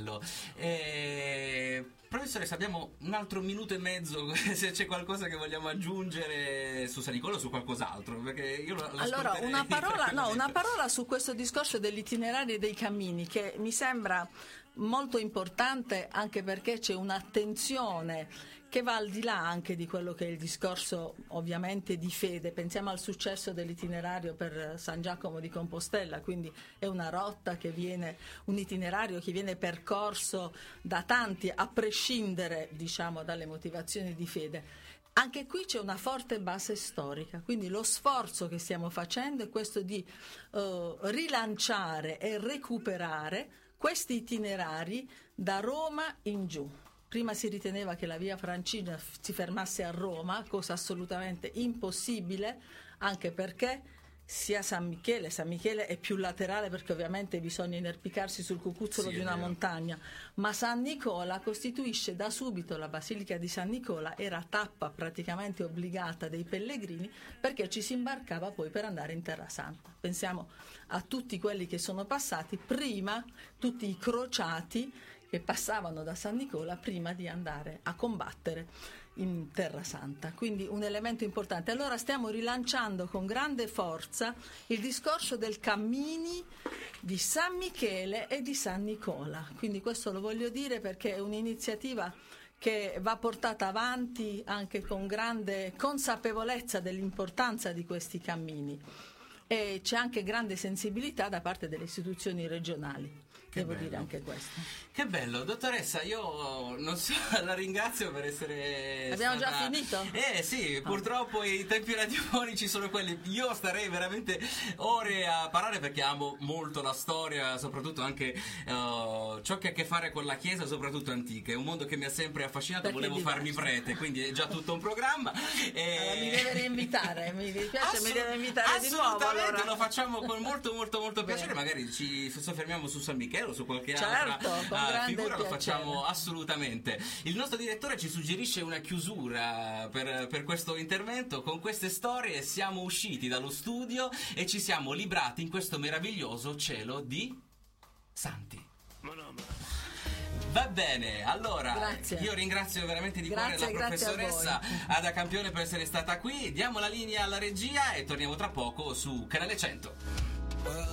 Professoressa, abbiamo un altro minuto e mezzo, se c'è qualcosa che vogliamo aggiungere su San Nicola o su qualcos'altro, perché io allora una parola su questo discorso dell'itinerario e dei cammini, che mi sembra molto importante, anche perché c'è un'attenzione che va al di là anche di quello che è il discorso ovviamente di fede. Pensiamo al successo dell'itinerario per San Giacomo di Compostela, quindi è una rotta un itinerario che viene percorso da tanti, a prescindere, diciamo, dalle motivazioni di fede. Anche qui c'è una forte base storica, quindi lo sforzo che stiamo facendo è questo di rilanciare e recuperare questi itinerari da Roma in giù. Prima si riteneva che la via Francigena si fermasse a Roma, cosa assolutamente impossibile, anche perché sia San Michele è più laterale perché ovviamente bisogna inerpicarsi sul cucuzzolo di una montagna, ma San Nicola costituisce da subito, la Basilica di San Nicola era tappa praticamente obbligata dei pellegrini, perché ci si imbarcava poi per andare in Terra Santa. Pensiamo a tutti quelli che sono passati prima, tutti i crociati che passavano da San Nicola prima di andare a combattere in Terra Santa, quindi un elemento importante. Allora stiamo rilanciando con grande forza il discorso del cammini di San Michele e di San Nicola, quindi questo lo voglio dire perché è un'iniziativa che va portata avanti anche con grande consapevolezza dell'importanza di questi cammini, e c'è anche grande sensibilità da parte delle istituzioni regionali. Devo dire anche questo. Che bello, dottoressa, io non so, la ringrazio per essere Abbiamo stata... già finito? Sì, purtroppo i tempi radiofonici sono quelli. Io starei veramente ore a parlare perché amo molto la storia, soprattutto anche ciò che ha a che fare con la Chiesa, soprattutto antica. È un mondo che mi ha sempre affascinato, Perché volevo farmi prete, quindi è già tutto un programma. Allora, mi deve reinvitare, mi dispiace, mi deve invitare di nuovo. Assolutamente, lo facciamo con molto piacere, magari ci soffermiamo su San Michele o su qualche altra figura, lo facciamo assolutamente. Il nostro direttore ci suggerisce una chiusura per questo intervento. Con queste storie siamo usciti dallo studio e ci siamo librati in questo meraviglioso cielo di santi. Va bene, allora grazie. Io ringrazio veramente di cuore la professoressa Ada Campione per essere stata qui. Diamo la linea alla regia e torniamo tra poco su Canale 100.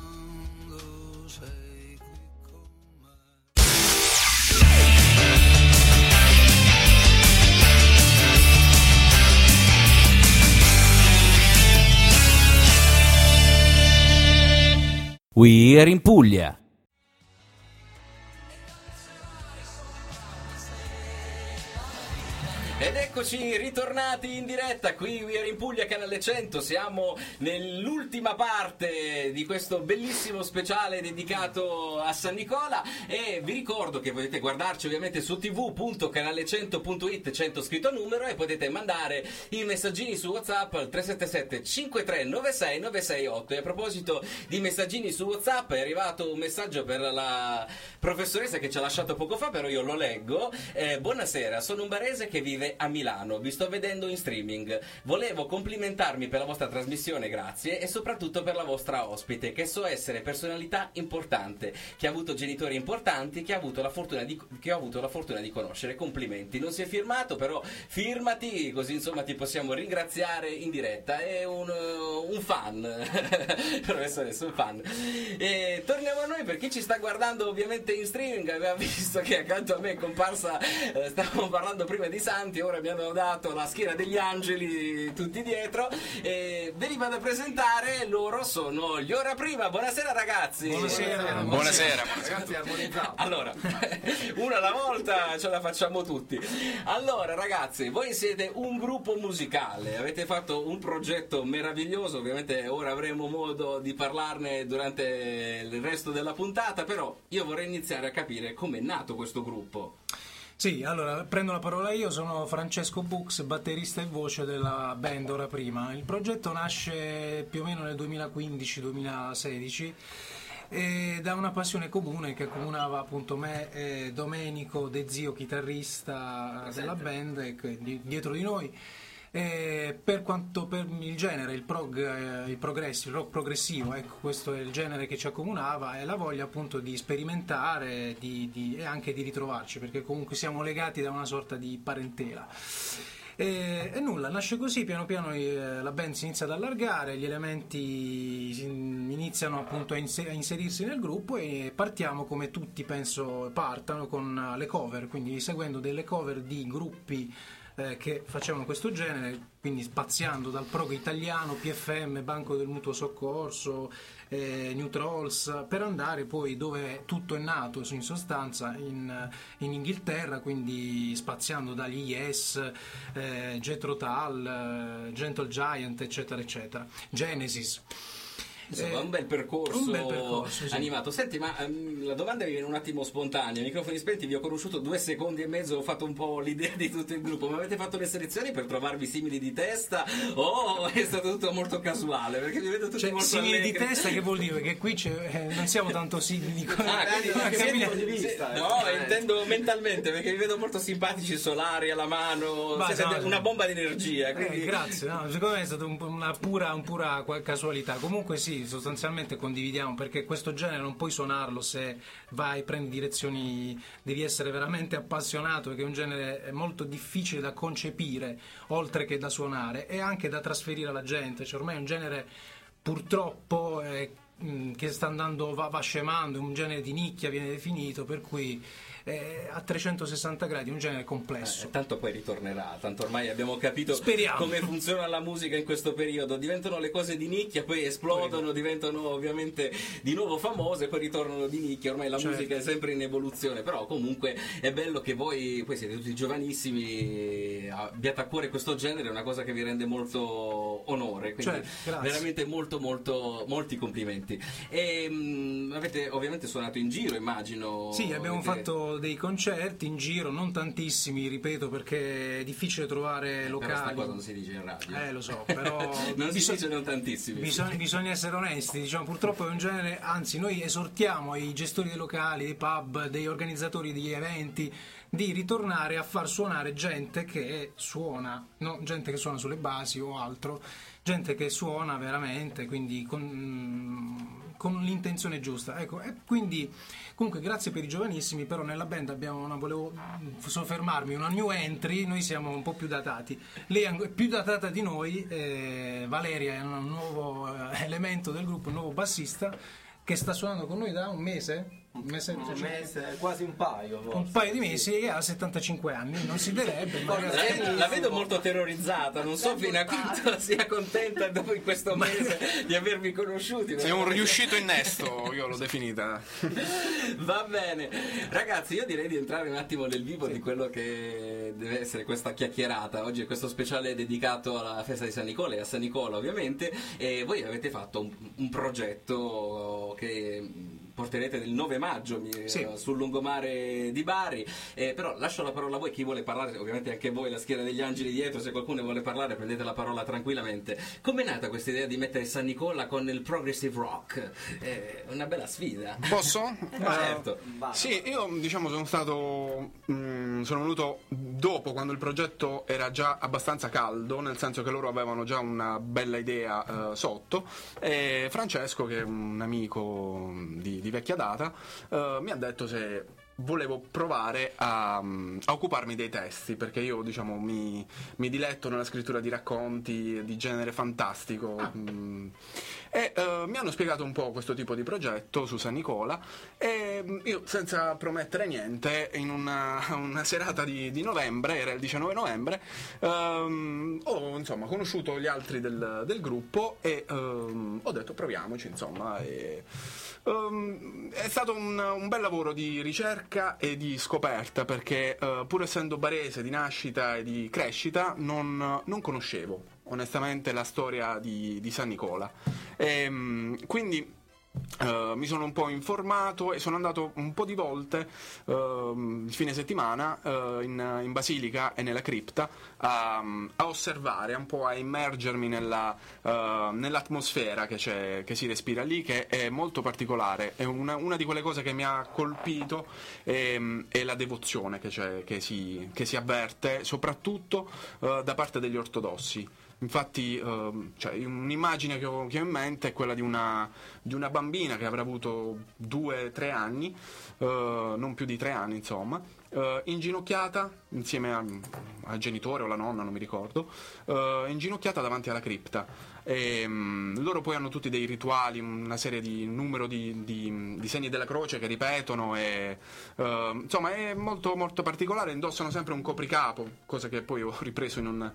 We Are in Puglia. Ed eccoci ritornati in diretta qui We Are in Puglia, Canale 100. Siamo nell'ultima parte di questo bellissimo speciale dedicato a San Nicola e vi ricordo che potete guardarci ovviamente su tv.canale100.it, 100 scritto numero, e potete mandare i messaggini su WhatsApp al 377 5396 968. E a proposito di messaggini su WhatsApp, è arrivato un messaggio per la professoressa che ci ha lasciato poco fa, però io lo leggo. Buonasera, sono un barese che vive a Milano, vi sto vedendo in streaming, volevo complimentarmi per la vostra trasmissione, grazie, e soprattutto per la vostra ospite, che so essere personalità importante, che ha avuto genitori importanti, che ho avuto la fortuna di conoscere. Complimenti. Non si è firmato, però firmati, così insomma ti possiamo ringraziare in diretta. È un fan professoressa, un fan. E torniamo a noi. Per chi ci sta guardando ovviamente in streaming, aveva visto che accanto a me è comparsa, stavamo parlando prima di santi, ora mi hanno dato la schiera degli angeli tutti dietro, e veniva da presentare, loro sono gli Ora Prima. Buonasera ragazzi. Buonasera. Ragazzi, allora, una alla volta ce la facciamo tutti. Allora ragazzi, voi siete un gruppo musicale, avete fatto un progetto meraviglioso, ovviamente ora avremo modo di parlarne durante il resto della puntata, però io vorrei iniziare a capire com'è nato questo gruppo. Sì, allora prendo la parola io, sono Francesco Bux, batterista e voce della band Ora Prima. Il progetto nasce più o meno nel 2015-2016 da una passione comune che accomunava appunto me e Domenico De Zio, chitarrista della band, dietro di noi. Per il genere, il rock progressivo, ecco, questo è il genere che ci accomunava, e la voglia appunto di sperimentare e anche di ritrovarci, perché comunque siamo legati da una sorta di parentela. E nulla, nasce così, piano piano la band si inizia ad allargare, gli elementi iniziano appunto a inserirsi nel gruppo, e partiamo come tutti penso partano, con le cover, quindi seguendo delle cover di gruppi che facevano questo genere, quindi spaziando dal prog italiano, PFM, Banco del Mutuo Soccorso, New Trolls, per andare poi dove tutto è nato in sostanza, in Inghilterra, quindi spaziando dagli Yes, Jethro Tull, Gentle Giant, eccetera eccetera, Genesis. Insomma, un bel percorso sì. Animato. Senti, ma la domanda mi viene un attimo spontanea. Microfoni spenti, vi ho conosciuto 2 secondi e mezzo, ho fatto un po' l'idea di tutto il gruppo. Ma avete fatto le selezioni per trovarvi simili di testa o è stato tutto molto casuale? Perché vi vedo tutti molto simili allegri. di testa, che vuol dire? Perché qui non siamo tanto simili di intendo mentalmente, perché vi vedo molto simpatici, solari alla mano, siete una bomba di energia. Quindi... Grazie, secondo me è stata una pura casualità. Comunque sì, sì, sostanzialmente condividiamo, perché questo genere non puoi suonarlo se prendi direzioni, devi essere veramente appassionato, perché è un genere molto difficile da concepire, oltre che da suonare, e anche da trasferire alla gente. Cioè, ormai è un genere purtroppo che sta andando, va scemando, un genere di nicchia viene definito, per cui a 360 gradi un genere complesso. Tanto poi ritornerà, tanto ormai abbiamo capito Speriamo. come funziona la musica in questo periodo. Diventano le cose di nicchia, poi esplodono, diventano ovviamente di nuovo famose, poi ritornano di nicchia. Ormai la musica è sempre in evoluzione, però comunque è bello che voi siete tutti giovanissimi, abbiate a cuore questo genere, è una cosa che vi rende molto onore, quindi veramente molti complimenti. E avete ovviamente suonato in giro, immagino. Sì, abbiamo fatto dei concerti in giro, non tantissimi, ripeto, perché è difficile trovare locali. Però sta cosa non si dice in radio. Lo so, però non si dice non tantissimi. Bisogna essere onesti, diciamo, purtroppo è un genere, anzi noi esortiamo i gestori dei locali, dei pub, degli organizzatori degli eventi di ritornare a far suonare gente che suona, no? Gente che suona sulle basi o altro, gente che suona veramente, quindi con l'intenzione giusta, ecco. E quindi comunque grazie per i giovanissimi, però nella band volevo soffermarmi, una new entry, noi siamo un po' più datati, lei è più datata di noi, Valeria è un nuovo elemento del gruppo, un nuovo bassista che sta suonando con noi da un mese, quasi un paio forse. Un paio di mesi, e ha 75 anni, non si direbbe, ma la vedo molto terrorizzata, non so fino a quanto sia contenta dopo in questo mese di avervi conosciuti. È un riuscito innesto, io l'ho definita. Va bene, ragazzi, io direi di entrare un attimo nel vivo di quello che deve essere questa chiacchierata. Oggi è questo speciale dedicato alla festa di San Nicola e a San Nicola ovviamente, e voi avete fatto un progetto che porterete il 9 maggio sul lungomare di Bari, però lascio la parola a voi, chi vuole parlare, ovviamente anche voi, la schiera degli angeli dietro, se qualcuno vuole parlare prendete la parola tranquillamente. Com'è nata questa idea di mettere San Nicola con il progressive rock? Una bella sfida. Posso? Certo. Sì, io diciamo sono venuto dopo, quando il progetto era già abbastanza caldo, nel senso che loro avevano già una bella idea sotto, e Francesco, che è un amico di vecchia data, mi ha detto se volevo provare a occuparmi dei testi, perché io diciamo mi diletto nella scrittura di racconti di genere fantastico, e mi hanno spiegato un po' questo tipo di progetto su San Nicola, e io, senza promettere niente, in una serata di novembre, era il 19 novembre, ho insomma conosciuto gli altri del gruppo e ho detto proviamoci, insomma, e è stato un bel lavoro di ricerca e di scoperta, perché pur essendo barese di nascita e di crescita non conoscevo onestamente la storia di San Nicola, quindi mi sono un po' informato e sono andato un po' di volte il fine settimana in Basilica e nella cripta a osservare, un po' a immergermi nell'atmosfera che si respira lì, che è molto particolare. È una di quelle cose che mi ha colpito, è la devozione che si avverte soprattutto da parte degli ortodossi. Infatti un'immagine che ho in mente è quella di una bambina che avrà avuto 2-3 anni, non più di 3 anni insomma, inginocchiata insieme al genitore o la nonna, non mi ricordo, inginocchiata davanti alla cripta. Loro poi hanno tutti dei rituali, una serie di numero di segni della croce che ripetono, e insomma è molto molto particolare. Indossano sempre un copricapo, cosa che poi ho ripreso in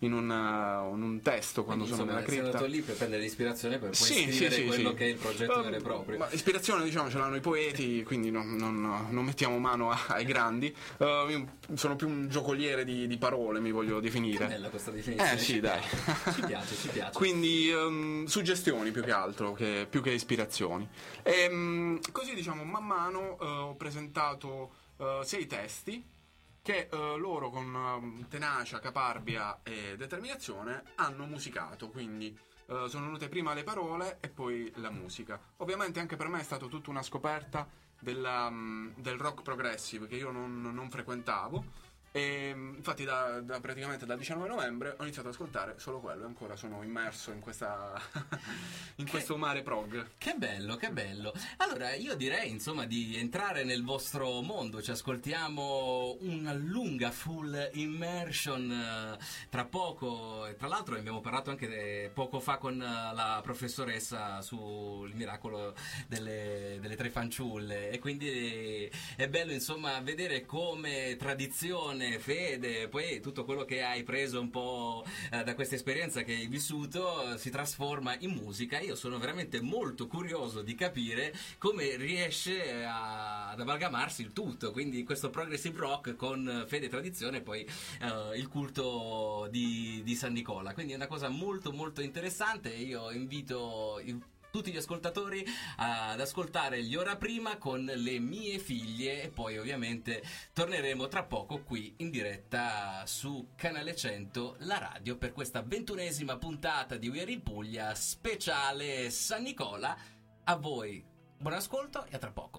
un testo quando sono nella cripta. Sei andato lì per prendere l'ispirazione per poi scrivere quello che è il progetto vero e proprio. Ma ispirazione, diciamo, ce l'hanno i poeti, quindi non mettiamo mano ai grandi. Io sono più un giocoliere di parole, mi voglio definire. Che bella questa definizione. Sì, dai. Ci piace. Quindi suggestioni più che altro, più che ispirazioni. Così diciamo man mano ho presentato 6 testi che loro con tenacia, caparbia e determinazione hanno musicato, quindi sono venute prima le parole e poi la musica. Ovviamente anche per me è stata tutta una scoperta del rock progressive che io non frequentavo, E infatti praticamente dal 19 novembre ho iniziato ad ascoltare solo quello e ancora sono immerso in questa in questo mare prog. Che bello, che bello. Allora io direi insomma di entrare nel vostro mondo, ci ascoltiamo una lunga full immersion tra poco. Tra l'altro abbiamo parlato anche poco fa con la professoressa sul miracolo delle tre fanciulle, e quindi è bello insomma vedere come tradizione, fede, poi tutto quello che hai preso un po' da questa esperienza che hai vissuto si trasforma in musica. Io sono veramente molto curioso di capire come riesce ad amalgamarsi il tutto, quindi questo progressive rock con fede e tradizione, poi il culto di San Nicola, quindi è una cosa molto molto interessante. Io invito tutti gli ascoltatori ad ascoltare gli Ora Prima con le mie figlie, e poi ovviamente torneremo tra poco qui in diretta su Canale 100, la radio, per questa 21esima puntata di We Are in Puglia speciale San Nicola. A voi buon ascolto e a tra poco.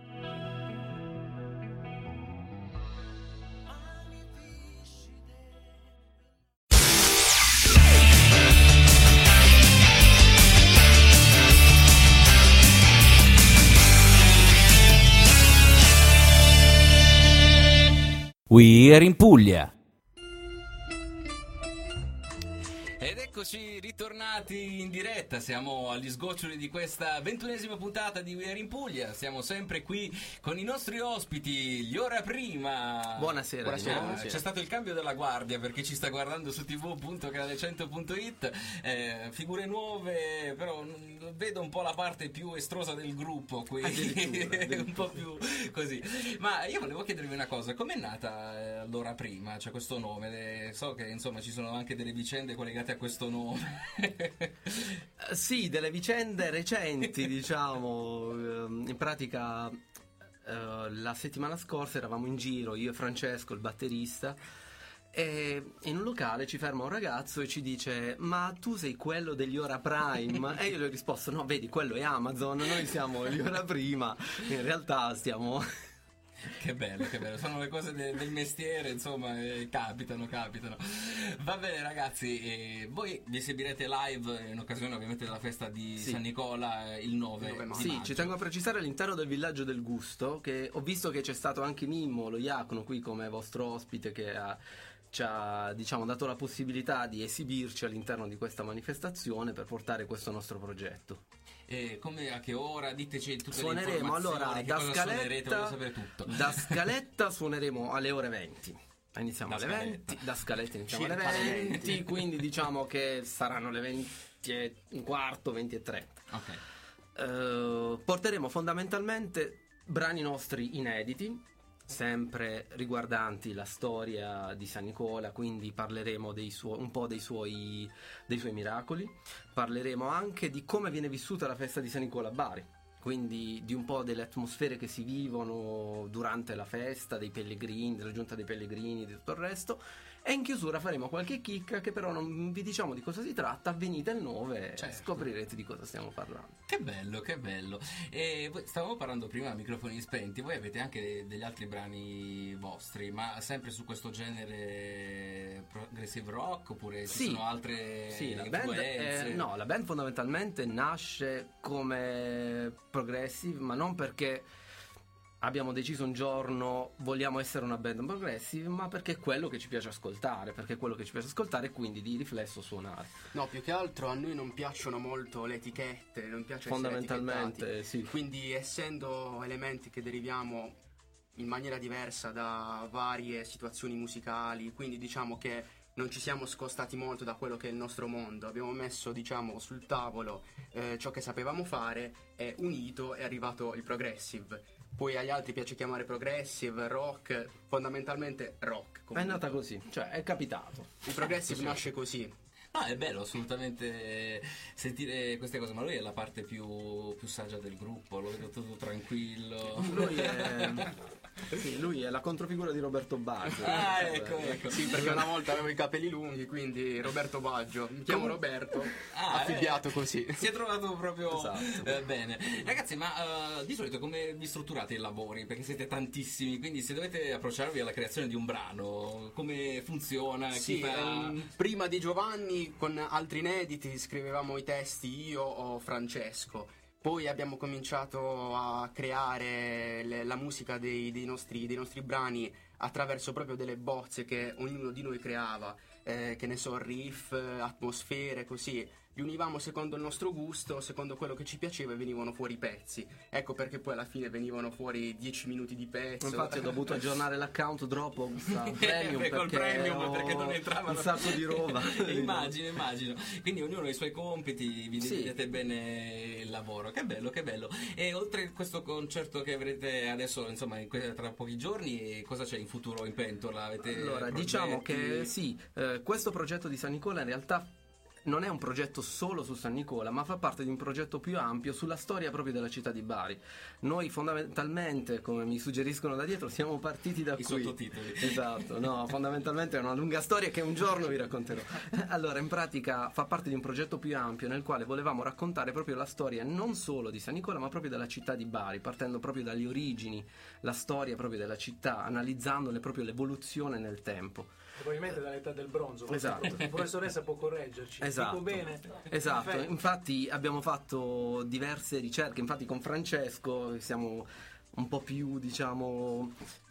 We Are in Puglia. Ed eccoci ritornati in diretta, siamo agli sgoccioli di questa 21esima puntata di We Are in Puglia. Siamo sempre qui con i nostri ospiti, gli Ora Prima. Buonasera. Buonasera. C'è stato il cambio della guardia per chi ci sta guardando su tv.canale100.it, figure nuove, però vedo un po' la parte più estrosa del gruppo qui, un po' più così. Ma io volevo chiedervi una cosa, com'è nata l'Ora Prima, cioè questo nome? So che insomma ci sono anche delle vicende collegate a questo nome. Sì, delle vicende recenti, diciamo. In pratica la settimana scorsa eravamo in giro, io e Francesco, il batterista, e in un locale ci ferma un ragazzo e ci dice: ma tu sei quello degli Ora Prime? E io gli ho risposto: no, vedi, quello è Amazon, noi siamo gli Ora Prima, in realtà stiamo... Che bello, sono le cose del mestiere, insomma, capitano. Va bene ragazzi, voi vi esibirete live in occasione ovviamente della festa di San Nicola il 9 maggio. Sì, ci tengo a precisare all'interno del Villaggio del Gusto, che ho visto che c'è stato anche Mimmo, lo Iacono, qui come vostro ospite, che ci ha, diciamo, dato la possibilità di esibirci all'interno di questa manifestazione per portare questo nostro progetto. Come, a che ora? Diteci tutte suoneremo, le informazioni. allora, voglio sapere tutto. Da Scaletta suoneremo alle ore 20. Iniziamo alle 20. Da Scaletta iniziamo alle 20, quindi diciamo che saranno le 20:15, 20:30. Ok. Porteremo fondamentalmente brani nostri inediti, sempre riguardanti la storia di San Nicola, quindi parleremo un po' dei suoi miracoli, parleremo anche di come viene vissuta la festa di San Nicola a Bari, quindi di un po' delle atmosfere che si vivono durante la festa, dei pellegrini, della giunta dei pellegrini e di tutto il resto. E in chiusura faremo qualche chicca che però non vi diciamo di cosa si tratta, venite il 9 e scoprirete di cosa stiamo parlando. Che bello. E stavamo parlando prima a microfoni spenti, voi avete anche degli altri brani vostri, ma sempre su questo genere progressive rock, oppure ci sono altre influenze? La band fondamentalmente nasce come progressive, ma non perché abbiamo deciso un giorno vogliamo essere una band progressive, ma perché è quello che ci piace ascoltare, e quindi di riflesso suonare. No, più che altro a noi non piacciono molto le etichette, non piace fondamentalmente, sì. Quindi essendo elementi che deriviamo in maniera diversa da varie situazioni musicali, quindi diciamo che non ci siamo scostati molto da quello che è il nostro mondo, abbiamo messo, diciamo, sul tavolo ciò che sapevamo fare, e unito è arrivato il progressive. Poi agli altri piace chiamare progressive, rock, fondamentalmente rock. Comunque. È nata così, cioè è capitato. Il progressive nasce così. Ah, è bello assolutamente sentire queste cose, ma lui è la parte più saggia del gruppo, lo vedo tutto tranquillo. Lui è la controfigura di Roberto Baggio. Ah, ecco. Sì, perché una volta avevo i capelli lunghi, quindi Roberto Baggio. Mi chiamo Roberto, affibbiato così. Si è trovato proprio Esatto. bene. Ragazzi, ma di solito come vi strutturate i lavori? Perché siete tantissimi, quindi se dovete approcciarvi alla creazione di un brano, come funziona? Sì, prima di Giovanni con altri inediti scrivevamo i testi io o Francesco. Poi abbiamo cominciato a creare la musica dei nostri brani attraverso proprio delle bozze che ognuno di noi creava, che ne so, riff, atmosfere, così. Li univamo secondo il nostro gusto, secondo quello che ci piaceva e venivano fuori i pezzi. Ecco perché poi alla fine venivano fuori 10 minuti di pezzo. Infatti ho dovuto aggiornare l'account Dropbox Premium col Premium perché non entravano un sacco di roba. immagino. Quindi ognuno ha i suoi compiti, vi dividete bene il lavoro. Che bello. E oltre a questo concerto che avrete adesso, insomma, tra pochi giorni, cosa c'è in futuro in pentola? Allora, diciamo che sì, questo progetto di San Nicola in realtà non è un progetto solo su San Nicola, ma fa parte di un progetto più ampio sulla storia proprio della città di Bari. Noi fondamentalmente, come mi suggeriscono da dietro, siamo partiti da qui. I sottotitoli. Esatto, no, fondamentalmente è una lunga storia che un giorno vi racconterò. Allora, in pratica fa parte di un progetto più ampio nel quale volevamo raccontare proprio la storia non solo di San Nicola, ma proprio della città di Bari, partendo proprio dalle origini, la storia proprio della città, analizzandone proprio l'evoluzione nel tempo. Probabilmente dall'età del bronzo. Esatto. La professoressa può correggerci. Esatto. Dico bene? Esatto. Perfetto. Infatti abbiamo fatto diverse ricerche, infatti con Francesco siamo un po' più, diciamo,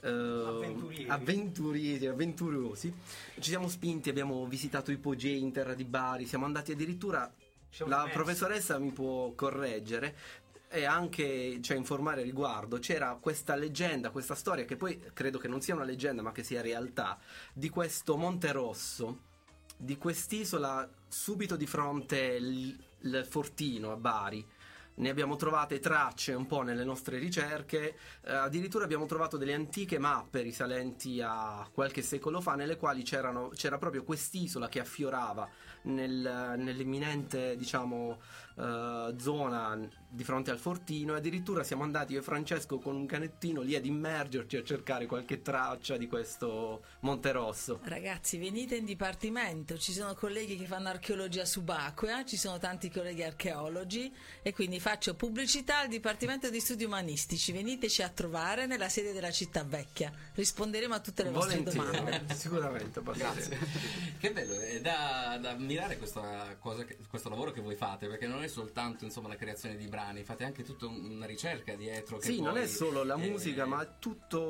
avventurosi. Ci siamo spinti, abbiamo visitato Ipogei in terra di Bari, siamo andati addirittura, la professoressa mi può correggere, e anche, cioè, informare a riguardo. C'era questa leggenda, questa storia che poi credo che non sia una leggenda ma che sia realtà, di questo Monte Rosso, di quest'isola subito di fronte il Fortino a Bari. Ne abbiamo trovate tracce un po' nelle nostre ricerche, addirittura abbiamo trovato delle antiche mappe risalenti a qualche secolo fa, nelle quali c'era proprio quest'isola che affiorava nell'imminente, diciamo, zona di fronte al Fortino, e addirittura siamo andati io e Francesco con un canettino lì ad immergerci a cercare qualche traccia di questo Monte Rosso. Ragazzi, venite in dipartimento, ci sono colleghi che fanno archeologia subacquea, ci sono tanti colleghi archeologi, e quindi faccio pubblicità al Dipartimento di Studi Umanistici. Veniteci a trovare nella sede della città vecchia, risponderemo a tutte le vostre domande. Sicuramente. Grazie. Che bello, è da ammirare questa cosa, questo lavoro che voi fate, perché non è soltanto, insomma, la creazione di brani, fate anche tutta una ricerca dietro. Che sì, poi, non è solo la musica, ma è tutto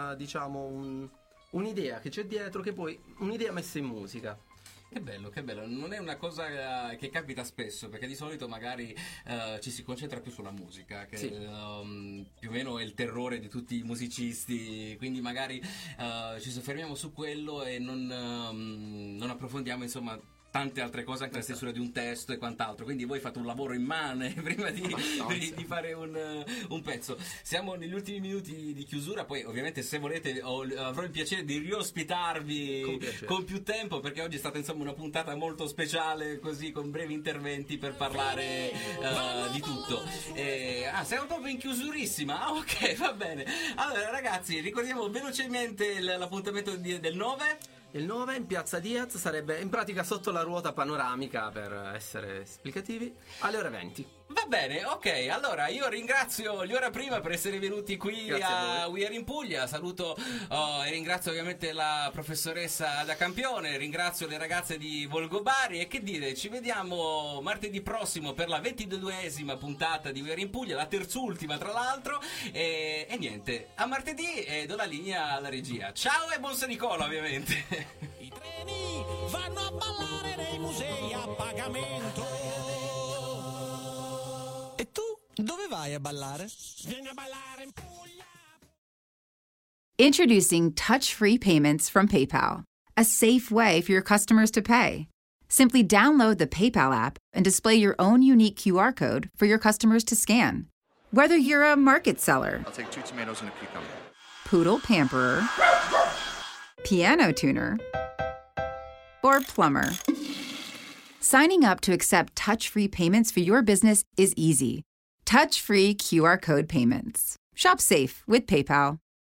un'idea che c'è dietro, che poi un'idea messa in musica. Che bello, non è una cosa che capita spesso, perché di solito magari ci si concentra più sulla musica, che più o meno è il terrore di tutti i musicisti, quindi magari ci soffermiamo su quello e non approfondiamo, insomma, tante altre cose, anche la stesura di un testo e quant'altro. Quindi voi fate un lavoro immane prima di fare un pezzo. Siamo negli ultimi minuti di chiusura, poi ovviamente se volete avrò il piacere di riospitarvi con più tempo, perché oggi è stata, insomma, una puntata molto speciale, così con brevi interventi per parlare di tutto. Siamo proprio in chiusurissima. Ok, va bene. Allora ragazzi, ricordiamo velocemente l'appuntamento del 9. Il 9 in Piazza Diaz, sarebbe in pratica sotto la ruota panoramica, per essere esplicativi, alle ore 20. Va bene, ok, allora io ringrazio gli Ora Prima per essere venuti qui a We Are in Puglia, saluto e ringrazio ovviamente la professoressa da Campione, ringrazio le ragazze di Volgo Bari, e che dire, ci vediamo martedì prossimo per la 22esima puntata di We Are in Puglia, la terzultima tra l'altro, e niente, a martedì, e do la linea alla regia. Ciao e buon San Nicola, ovviamente. I treni vanno a ballare nei musei a pagamento. E tu dove vai a ballare? Vieni a ballare in Puglia. Introducing touch-free payments from PayPal, a safe way for your customers to pay. Simply download the PayPal app and display your own unique QR code for your customers to scan. Whether you're a market seller, I'll take 2 tomatoes and a cucumber, poodle pamperer, piano tuner, or plumber, Signing up to accept touch-free payments for your business is easy. Touch-free QR code payments. Shop safe with PayPal.